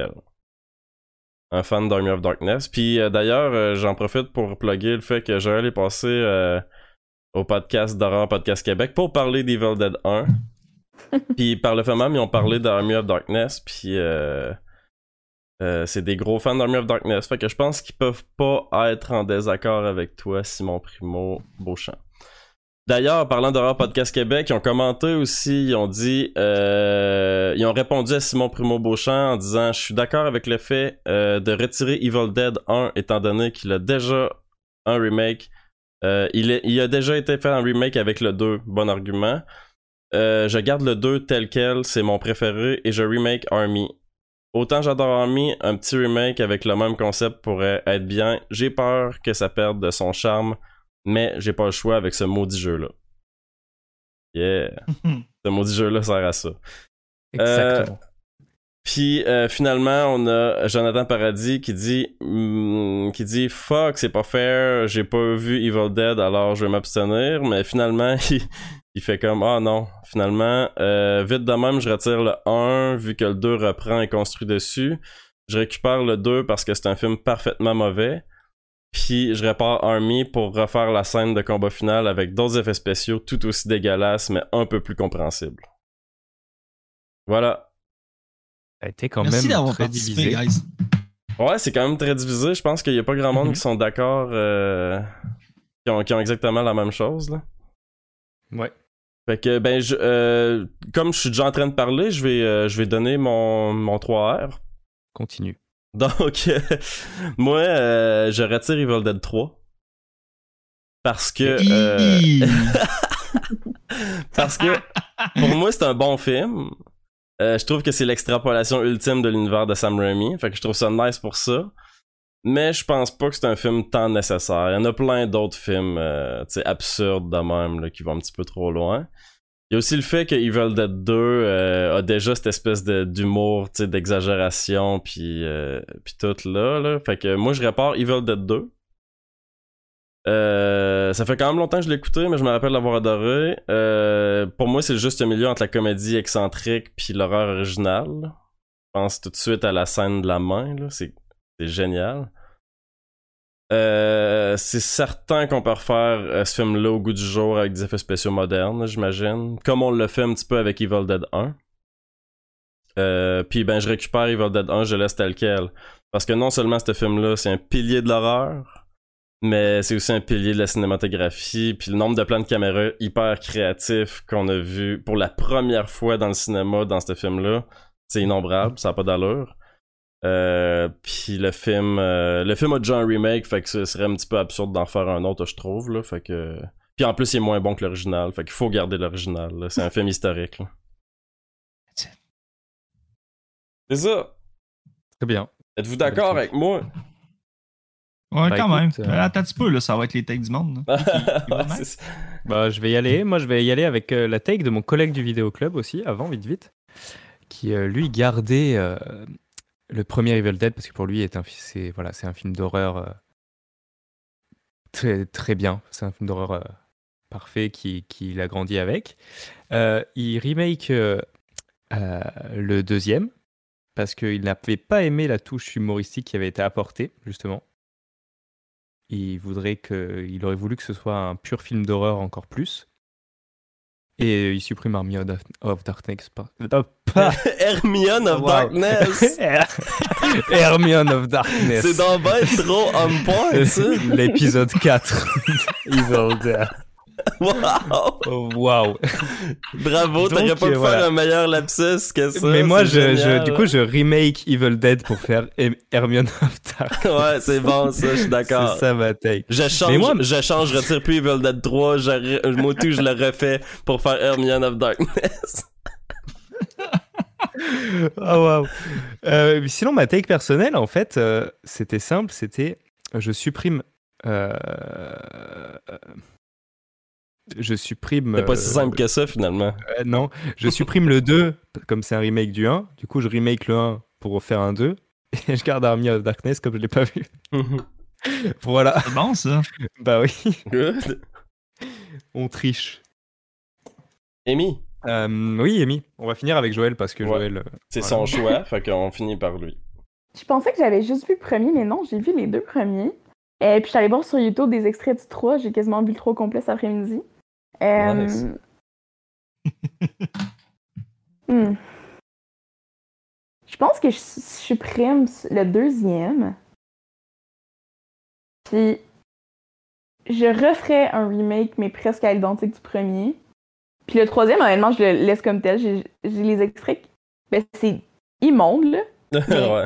Un fan d'Army of Darkness. Puis euh, d'ailleurs, euh, j'en profite pour plugger le fait que Joël est passé euh, au podcast d'Horreur Podcast Québec pour parler d'Evil Dead un. Puis par le fait même, ils ont parlé d'Army of Darkness. Puis euh, euh, c'est des gros fans d'Army of Darkness. Fait que je pense qu'ils peuvent pas être en désaccord avec toi, Simon Primo-Beauchamp. D'ailleurs, parlant d'Horreur Podcast Québec, ils ont commenté aussi, ils ont dit, euh, ils ont répondu à Simon Primo-Beauchamp en disant « Je suis d'accord avec le fait euh, de retirer Evil Dead un étant donné qu'il a déjà un remake. Euh, il, est, il a déjà été fait un remake avec le deux, bon argument. Euh, je garde le deux tel quel, c'est mon préféré, et je remake Army. Autant j'adore Army, un petit remake avec le même concept pourrait être bien. J'ai peur que ça perde de son charme. Mais j'ai pas le choix avec ce maudit jeu-là. Yeah. Ce maudit jeu-là sert à ça. Exactement. Euh, Puis euh, finalement, on a Jonathan Paradis qui dit mm, qui dit fuck, c'est pas fair, j'ai pas vu Evil Dead, alors je vais m'abstenir. Mais finalement, il, il fait comme ah non, finalement, euh, vite de même, je retire le un vu que le deux reprend et construit dessus. Je récupère le deux parce que c'est un film parfaitement mauvais. Puis je répare Army pour refaire la scène de combat final avec d'autres effets spéciaux tout aussi dégueulasses, mais un peu plus compréhensibles. Voilà. Ça a été quand Merci même d'avoir très participé, divisé. guys. Ouais, c'est quand même très divisé. Je pense qu'il y a pas grand monde Mm-hmm. qui sont d'accord, euh, qui, ont, qui ont exactement la même chose, là. Ouais. Fait que, ben, je, euh, comme je suis déjà en train de parler, je vais, euh, je vais donner mon, mon trois R. Continue. Donc, euh, moi, euh, je retire Evil Dead trois. Parce que... Euh, parce que, pour moi, c'est un bon film. Euh, je trouve que c'est l'extrapolation ultime de l'univers de Sam Raimi. Fait que je trouve ça nice pour ça. Mais je pense pas que c'est un film tant nécessaire. Il y en a plein d'autres films euh, absurdes de même là, qui vont un petit peu trop loin. Il y a aussi le fait que Evil Dead deux euh, a déjà cette espèce de, d'humour, d'exagération, puis euh, tout là, là. Fait que moi, je répare Evil Dead deux. Euh, ça fait quand même longtemps que je l'ai écouté, mais je me rappelle l'avoir adoré. Euh, pour moi, c'est juste un milieu entre la comédie excentrique puis l'horreur originale. Je pense tout de suite à la scène de la main, là. C'est, c'est génial. Euh, c'est certain qu'on peut refaire euh, ce film-là au goût du jour avec des effets spéciaux modernes, j'imagine. Comme on l'a fait un petit peu avec Evil Dead un. Euh, puis ben je récupère Evil Dead un, je le laisse tel quel. Parce que non seulement ce film-là, c'est un pilier de l'horreur, mais c'est aussi un pilier de la cinématographie. Puis le nombre de plans de caméra hyper créatifs qu'on a vu pour la première fois dans le cinéma dans ce film-là, c'est innombrable, ça n'a pas d'allure. Euh, puis le film euh, le film a déjà un remake, fait que ce serait un petit peu absurde d'en faire un autre, je trouve là, fait que puis en plus il est moins bon que l'original, fait qu'il faut garder l'original là. C'est un film historique là. C'est ça. Très bien. Êtes-vous d'accord avec moi? Ouais, Bah, quand écoute, même. euh, Attends un petit peu, là, ça va être les takes du monde. là. Ouais, c'est ça. Bah, je vais y aller. Moi, je vais y aller avec euh, la take de mon collègue du vidéo club aussi, avant, vite vite, qui euh, lui gardait euh, le premier Evil Dead parce que pour lui, est un, fi- c'est voilà, c'est un film d'horreur euh, très très bien. C'est un film d'horreur euh, parfait qui qu'il a grandi avec. Euh, il remake euh, euh, le deuxième parce qu'il n'avait pas aimé la touche humoristique qui avait été apportée justement. Il voudrait que, il aurait voulu que ce soit un pur film d'horreur encore plus. Et il supprime Hermione of, of Darkness. Par... Oh, pas Hermione of Wow. Darkness. Hermione of Darkness. C'est dans ben trop on point, ça. L'épisode quatre. Evil Dead. Wow. Oh, wow. Bravo, Donc, t'aurais pas pu euh, voilà. faire un meilleur lapsus que ça. Mais moi, je, c'est je- génial, du coup, je remake Evil Dead pour faire Hem- Hermione of Darkness. Ouais, c'est bon ça, je suis d'accord. C'est ça ma take. Je change, Mais moi- je change, je retire plus Evil Dead trois, je, moi tout, je le refais pour faire Hermione of Darkness. Oh wow. Euh, sinon, ma take personnelle, en fait, euh, c'était simple, c'était je supprime. euh, euh, je supprime. C'est pas si euh, simple que ça finalement. euh, non, je supprime le deux, comme c'est un remake du un. Du coup, je remake le un pour refaire un deux. Et je garde Army of Darkness comme je l'ai pas vu. Voilà. C'est bon, ça. Bah oui, Good. on triche. Amy, Euh, oui, Amy, on va finir avec Joël parce que Ouais. Joël. euh, c'est voilà. son choix, fait qu'on finit par lui. Je pensais que j'avais juste vu le premier, mais non, j'ai vu les deux premiers. Et puis, j'allais voir sur YouTube des extraits du trois. J'ai quasiment vu le trois complet cet après-midi. Euh... Nice. hmm. Je pense que je supprime le deuxième. Puis, je referais un remake, mais presque à l'identique du premier. Puis le troisième, honnêtement, je le laisse comme tel. J'ai j'ai les extraits. Ben, c'est immonde, là. Ouais.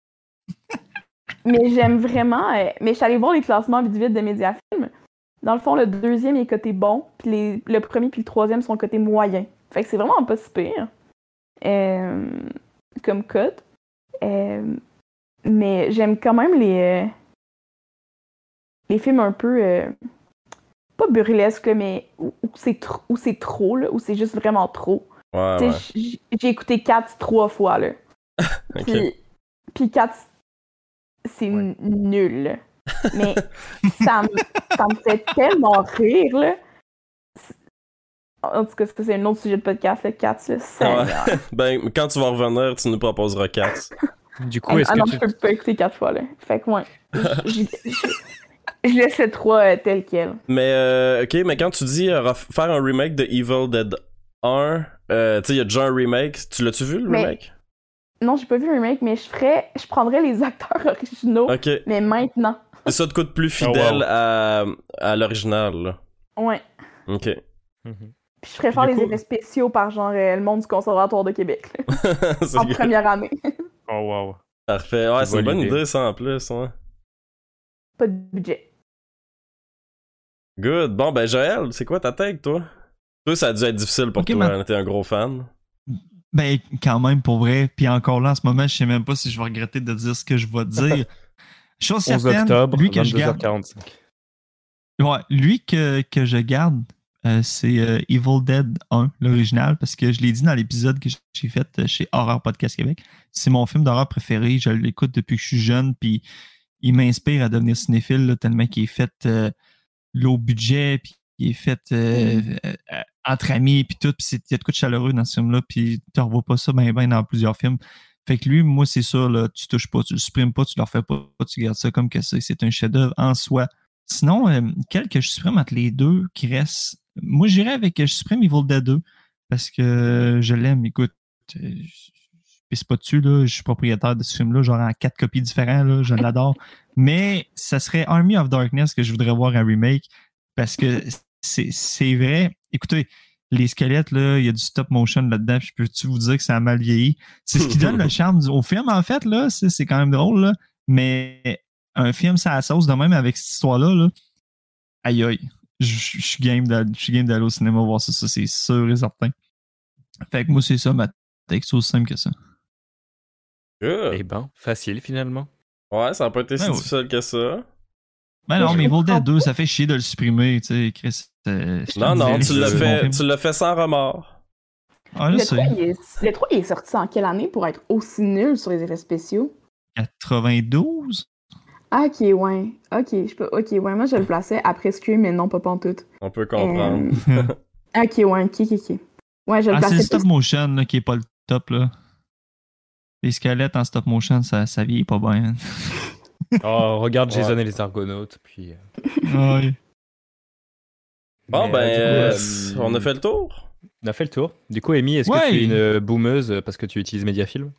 Mais j'aime vraiment. euh, mais je suis allée voir les classements vite vite de Mediafilm. Dans le fond, le deuxième est côté bon, puis les- le premier puis le troisième sont côté moyen. Fait que c'est vraiment pas si pire. Euh, comme code. Euh, mais j'aime quand même les. euh, les films un peu. euh, pas burlesques, là, mais où, où c'est tr- où c'est trop, là, où c'est juste vraiment trop. Ouais, Tu ouais. sais, j- j'ai écouté quatre trois fois, là. Ok. Puis, puis quatre, c'est n- nul. là. Mais ça me, ça me fait tellement rire, là. C'est- En tout cas, ça, c'est un autre sujet de podcast, le quatre, là. Seigneur. Ouais. Ben, quand tu vas revenir, tu nous proposeras quatre. Du coup, Ah, est-ce ah non, que je tu. peux pas écouter quatre fois, là. Fait que, ouais. Je, je- je laisse le trois euh, tel quel. Mais, euh, ok, mais quand tu dis euh, ref- faire un remake de Evil Dead un, euh, tu sais, il y a déjà un remake. Tu l'as-tu vu, le Mais- remake? Non, j'ai pas vu le remake, mais je ferais. Je prendrais les acteurs originaux, Ok. mais maintenant. C'est ça de coûte plus fidèle wow. à, à l'original, là. Ouais. Ok. Mhm. Puis je ferais faire Du les coup- effets spéciaux par genre euh, le monde du Conservatoire de Québec, là, C'est en good. première année. Oh wow. Parfait. Ouais, Je c'est une vois bonne l'idée. idée, ça, en plus, ouais. Pas de budget. Good. Bon, ben, Joël, c'est quoi ta take, toi? Toi, ça a dû être difficile pour Ok, toi, ma- hein, t'es un gros fan. Ben, quand même, pour vrai. Puis encore là, en ce moment, je sais même pas si je vais regretter de dire ce que je vais dire. Chose onze certaine, octobre, lui que je vingt-deux heures garde. quarante-cinq. Ouais, lui que, que je garde, euh, c'est euh, Evil Dead un, l'original, parce que je l'ai dit dans l'épisode que j'ai fait euh, chez Horror Podcast Québec. C'est mon film d'horreur préféré. Je l'écoute depuis que je suis jeune, puis il m'inspire à devenir cinéphile là, tellement qu'il est fait euh, low budget, puis il est fait euh, Mm. euh, euh, entre amis, puis tout, puis c'est- il y a de quoi de chaleureux dans ce film-là, puis tu revois pas ça ben ben dans plusieurs films. Fait que lui, moi, c'est ça, là, tu touches pas, tu le supprimes pas, tu le refais pas, tu gardes ça comme que c'est, c'est un chef-d'œuvre en soi. Sinon, euh, quel que je supprime entre les deux qui reste, moi, j'irais avec, je supprime Evil Dead deux, parce que je l'aime, écoute, euh, je je pisse pas dessus, là, je suis propriétaire de ce film-là, genre en quatre copies différentes, là, je l'adore. Mais ça serait Army of Darkness que je voudrais voir un remake, parce que c'est, c'est vrai. Écoutez, les squelettes, là, il y a du stop motion là-dedans, puis je peux-tu vous dire que ça a mal vieilli? C'est ce qui donne le charme du- au film, en fait, là, c'est, c'est quand même drôle, là, mais un film, ça a la sauce de même avec cette histoire-là, là, aïe aïe, je je suis game d'aller je suis game d'aller au cinéma voir ça, ça, c'est sûr et certain. Fait que moi, c'est ça, ma texte, c'est aussi simple que ça. Good. Eh ben, facile finalement. Ouais, ça a pas été si Ouais, ouais. difficile que ça. Ben non, je mais Evil comprends Dead deux, ça fait chier de le supprimer, tu sais, Chris. euh, je te Non, non, disais, tu l'as c'est un bon fait, film. tu l'as fait sans remords. Ah, je Le sais. trois, il est... le trois, il est sorti en quelle année pour être aussi nul sur les effets spéciaux? quatre-vingt-douze? Ah, ok, ouais. Ok, je peux... ok, ouais, moi je le plaçais après Scream, mais non, pas pantoute. On peut comprendre. Euh, Ok, ouais, ok, ok, ok. Ouais, je le Ah, c'est le plaçais stop plus... motion là, qui est pas le top, là. Les squelettes en stop motion, ça, ça vieillit pas bien. Oh, regarde Jason Ouais. et les Argonautes, puis. euh, Ouais. Bon, mais, ben, euh, euh, du coup, on a euh, fait le tour. On a fait le tour. Du coup, Amy, est-ce Ouais. que tu es une boomeuse parce que tu utilises Mediafilm?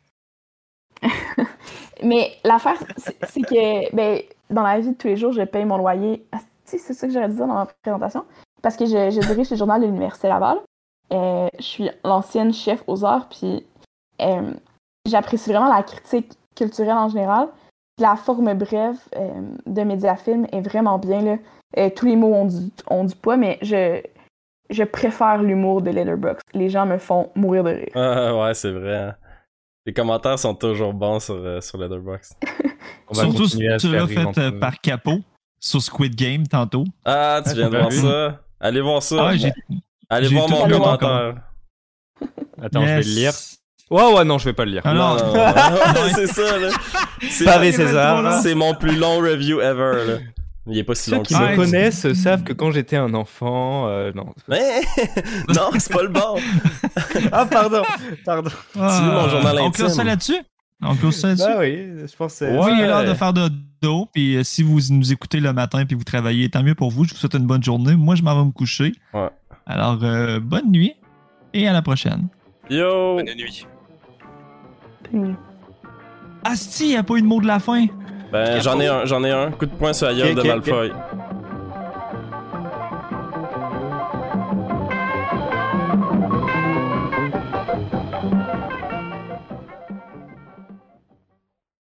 Mais l'affaire, c'est c'est que, ben, dans la vie de tous les jours, je paye mon loyer. Ah, tu sais, c'est ça que j'aurais dû dire dans ma présentation. Parce que je, je dirige le journal de l'Université Laval. Euh, je suis l'ancienne chef aux arts, puis euh, j'apprécie vraiment la critique culturelle en général. Puis la forme brève euh, de Mediafilm est vraiment bien, là. Euh, tous les mots ont du, ont du poids, mais je, je préfère l'humour de Letterboxd. Les gens me font mourir de rire. Ah, ouais, c'est vrai. hein. Les commentaires sont toujours bons sur, euh, sur Letterboxd. On va Surtout si continuer à se tu faire l'as rire fait entre euh, nous. par Capot sur Squid Game tantôt. Ah, tu Ah, viens j'ai de pas voir vu. ça. Allez voir ça. Ah, j'ai... Allez j'ai voir tout mon lu commentaire. Attends, je vais Yes. le lire. Ouais, ouais, non, je vais pas le lire. Ah, Non, non. non, non. c'est ça, là. C'est, Pavé il va être César. trop long. c'est mon plus long review ever, là. Il est pas si Ceux long que qui ça. me Ah, connaissent savent que quand j'étais un enfant, euh, non. Mais non, c'est pas le bon. Ah, pardon, pardon. Ah, lis mon journal on intime. close ça là-dessus? On close ça là-dessus? Bah oui, je pense que c'est. Ouais. Oui, il est l'heure de faire de dos. Puis euh, si vous nous écoutez le matin puis vous travaillez, tant mieux pour vous. Je vous souhaite une bonne journée. Moi, je m'en vais me coucher. Ouais. Alors, euh, bonne nuit et à la prochaine. Yo! Bonne nuit. Puis- Asti, il n'y a pas eu de mot de la fin. Ben, j'en ai un, j'en ai un. Coup de poing sur la gueule Ok, de ok, ok. Malfoy.